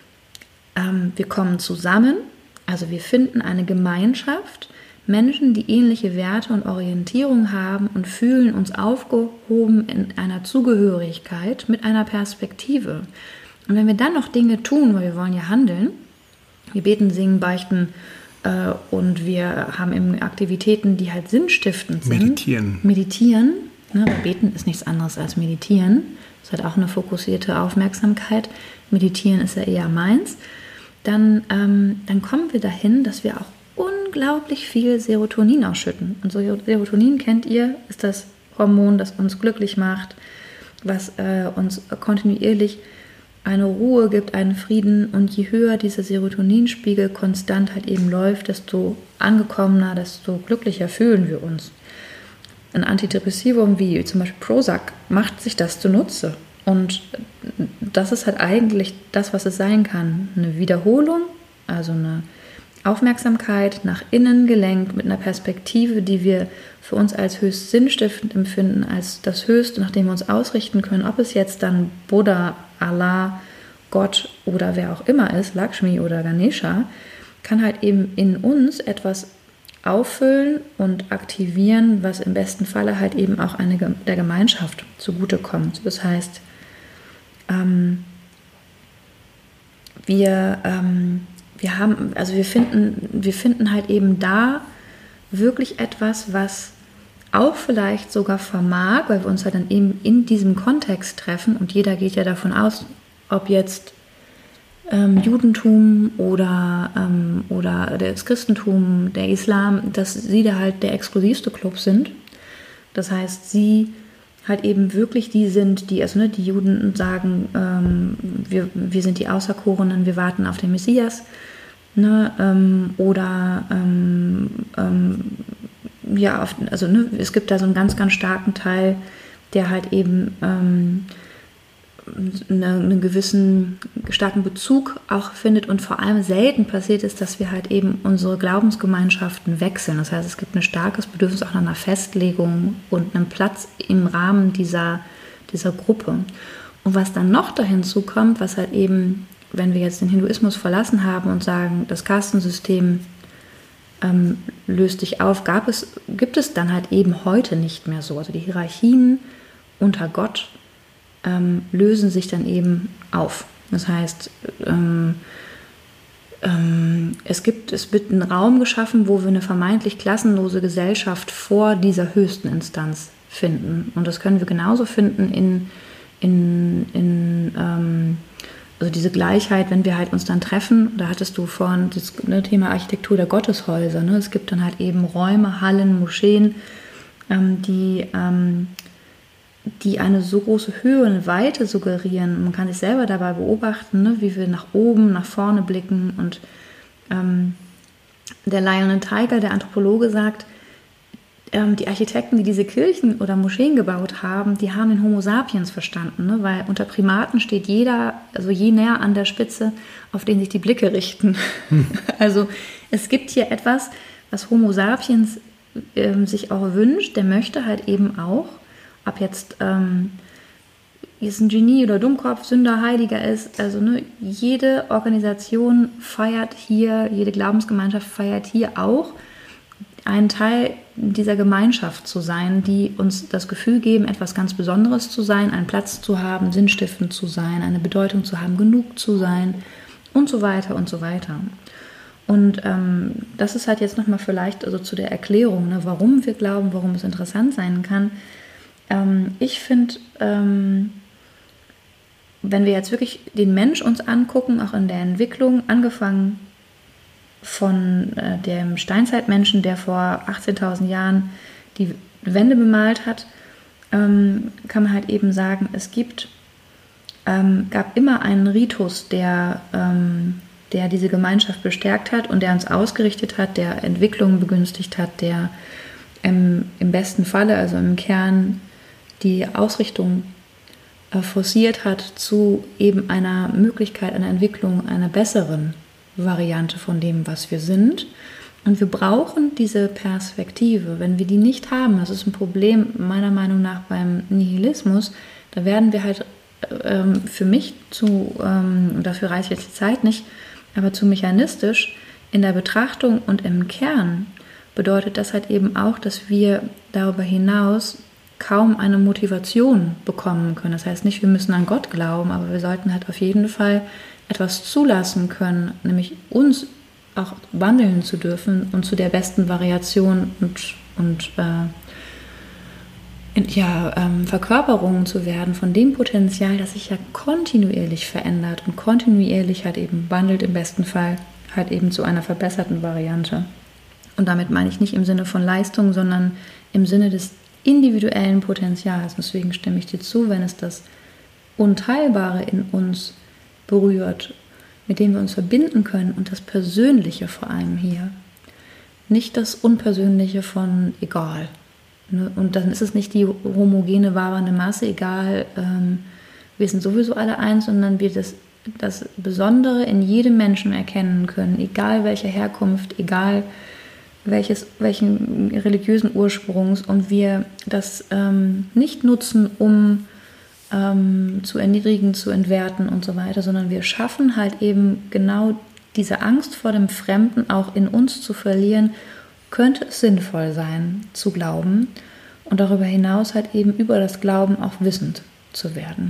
ähm, wir kommen zusammen, also wir finden eine Gemeinschaft, Menschen, die ähnliche Werte und Orientierung haben und fühlen uns aufgehoben in einer Zugehörigkeit mit einer Perspektive. Und wenn wir dann noch Dinge tun, weil wir wollen ja handeln, wir beten, singen, beichten äh, und wir haben eben Aktivitäten, die halt sinnstiftend sind. Meditieren. Meditieren, ne, weil beten ist nichts anderes als meditieren. Das hat auch eine fokussierte Aufmerksamkeit. Meditieren ist ja eher meins. Dann, ähm, dann kommen wir dahin, dass wir auch unglaublich viel Serotonin ausschütten. Und so Serotonin, kennt ihr, ist das Hormon, das uns glücklich macht, was äh, uns kontinuierlich eine Ruhe gibt, einen Frieden. Und je höher dieser Serotoninspiegel konstant halt eben läuft, desto angekommener, desto glücklicher fühlen wir uns. Ein Antidepressivum wie zum Beispiel Prozac macht sich das zunutze. Und das ist halt eigentlich das, was es sein kann. Eine Wiederholung, also eine Aufmerksamkeit nach innen gelenkt mit einer Perspektive, die wir für uns als höchst sinnstiftend empfinden, als das Höchste, nach dem wir uns ausrichten können, ob es jetzt dann Buddha, Allah, Gott oder wer auch immer ist, Lakshmi oder Ganesha, kann halt eben in uns etwas auffüllen und aktivieren, was im besten Falle halt eben auch eine, der Gemeinschaft zugutekommt. Das heißt, ähm, wir, ähm, wir haben, also wir finden, wir finden halt eben da wirklich etwas, was auch vielleicht sogar vermag, weil wir uns halt dann eben in diesem Kontext treffen und jeder geht ja davon aus, ob jetzt ähm, Judentum oder, ähm, oder das Christentum, der Islam, dass sie da halt der exklusivste Club sind. Das heißt, sie halt eben wirklich die sind, die, also ne, die Juden sagen, ähm, wir, wir sind die Auserkorenen, wir warten auf den Messias, ne, ähm, oder ähm, ähm, ja, auf, also ne, es gibt da so einen ganz, ganz starken Teil, der halt eben ähm, eine, einen gewissen starken Bezug auch findet und vor allem selten passiert ist, dass wir halt eben unsere Glaubensgemeinschaften wechseln. Das heißt, es gibt ein starkes Bedürfnis auch nach einer Festlegung und einem Platz im Rahmen dieser, dieser Gruppe. Und was dann noch dahin zukommt, was halt eben, wenn wir jetzt den Hinduismus verlassen haben und sagen, das Kastensystem ähm, löst sich auf, gab es, gibt es dann halt eben heute nicht mehr so. Also die Hierarchien unter Gott ähm, lösen sich dann eben auf. Das heißt, ähm, ähm, es gibt, es wird ein Raum geschaffen, wo wir eine vermeintlich klassenlose Gesellschaft vor dieser höchsten Instanz finden. Und das können wir genauso finden in, in, in ähm, also diese Gleichheit, wenn wir halt uns dann treffen, da hattest du vorhin das ne, Thema Architektur der Gotteshäuser. Ne? Es gibt dann halt eben Räume, Hallen, Moscheen, ähm, die, ähm, die eine so große Höhe und Weite suggerieren. Man kann sich selber dabei beobachten, ne, wie wir nach oben, nach vorne blicken. Und ähm, der Lionel Tiger, der Anthropologe, sagt, ähm, die Architekten, die diese Kirchen oder Moscheen gebaut haben, die haben den Homo sapiens verstanden, ne, weil unter Primaten steht jeder, also je näher an der Spitze, auf den sich die Blicke richten. Hm. Also es gibt hier etwas, was Homo sapiens ähm, sich auch wünscht. Der möchte halt eben auch, ob jetzt ähm, ist ein Genie oder Dummkopf, Sünder, Heiliger ist, also ne, jede Organisation feiert hier, jede Glaubensgemeinschaft feiert hier auch, ein Teil dieser Gemeinschaft zu sein, die uns das Gefühl geben, etwas ganz Besonderes zu sein, einen Platz zu haben, sinnstiftend zu sein, eine Bedeutung zu haben, genug zu sein und so weiter und so weiter. Und ähm, das ist halt jetzt nochmal vielleicht also zu der Erklärung, ne, warum wir glauben, warum es interessant sein kann. Ähm, ich finde, ähm, wenn wir jetzt wirklich den Mensch uns angucken, auch in der Entwicklung, angefangen von äh, dem Steinzeitmenschen, der vor achtzehntausend Jahren die Wände bemalt hat, ähm, kann man halt eben sagen, es gibt, ähm, gab immer einen Ritus, der, ähm, der diese Gemeinschaft bestärkt hat und der uns ausgerichtet hat, der Entwicklung begünstigt hat, der im, im besten Falle, also im Kern, die Ausrichtung äh, forciert hat zu eben einer Möglichkeit, einer Entwicklung einer besseren Variante von dem, was wir sind. Und wir brauchen diese Perspektive. Wenn wir die nicht haben, das ist ein Problem meiner Meinung nach beim Nihilismus, da werden wir halt ähm, für mich zu, ähm, dafür reicht jetzt die Zeit nicht, aber zu mechanistisch in der Betrachtung und im Kern bedeutet das halt eben auch, dass wir darüber hinaus kaum eine Motivation bekommen können. Das heißt nicht, wir müssen an Gott glauben, aber wir sollten halt auf jeden Fall etwas zulassen können, nämlich uns auch wandeln zu dürfen und zu der besten Variation und, und äh, ja, ähm, Verkörperungen zu werden von dem Potenzial, das sich ja kontinuierlich verändert und kontinuierlich halt eben wandelt, im besten Fall halt eben zu einer verbesserten Variante. Und damit meine ich nicht im Sinne von Leistung, sondern im Sinne des individuellen Potenzials. Deswegen stimme ich dir zu, wenn es das Unteilbare in uns berührt, mit dem wir uns verbinden können und das Persönliche vor allem hier. Nicht das Unpersönliche von egal. Und dann ist es nicht die homogene, wabernde Masse, egal, ähm, wir sind sowieso alle eins, sondern wir das, das Besondere in jedem Menschen erkennen können, egal welche Herkunft, egal welches, welchen religiösen Ursprungs, und wir das ähm, nicht nutzen, um ähm, zu erniedrigen, zu entwerten und so weiter, sondern wir schaffen halt eben genau diese Angst vor dem Fremden auch in uns zu verlieren, könnte es sinnvoll sein, zu glauben und darüber hinaus halt eben über das Glauben auch wissend zu werden.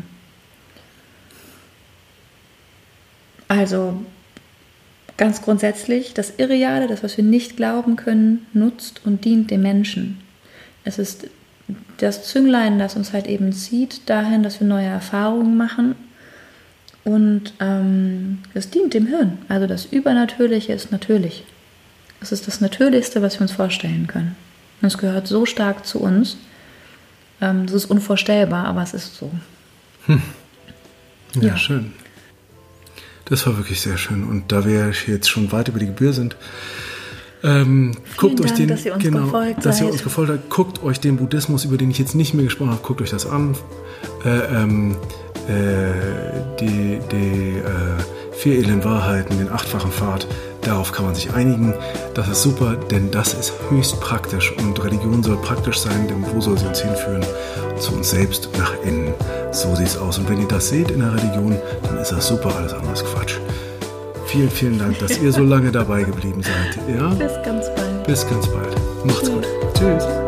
Also ganz grundsätzlich, das Irreale, das, was wir nicht glauben können, nutzt und dient dem Menschen. Es ist das Zünglein, das uns halt eben zieht dahin, dass wir neue Erfahrungen machen. Und ähm, es dient dem Hirn. Also das Übernatürliche ist natürlich. Es ist das Natürlichste, was wir uns vorstellen können. Und es gehört so stark zu uns. Ähm, das ist unvorstellbar, aber es ist so. Hm. Ja, ja, schön. Das war wirklich sehr schön. Und da wir jetzt schon weit über die Gebühr sind, ähm, guckt Dank, euch den, dass ihr uns genau, gefolgt dass ihr seid. uns gefolgt habt, guckt euch den Buddhismus, über den ich jetzt nicht mehr gesprochen habe, guckt euch das an. Äh, ähm, äh, die die äh, vier edlen Wahrheiten, den achtfachen Pfad, darauf kann man sich einigen. Das ist super, denn das ist höchst praktisch und Religion soll praktisch sein, denn wo soll sie uns hinführen? Zu uns selbst, nach innen. So sieht es aus. Und wenn ihr das seht in der Religion, dann ist das super, alles andere ist Quatsch. Vielen, vielen Dank, dass ihr so lange dabei geblieben seid. Ja? Bis ganz bald. Bis ganz bald. Macht's gut. Tschüss.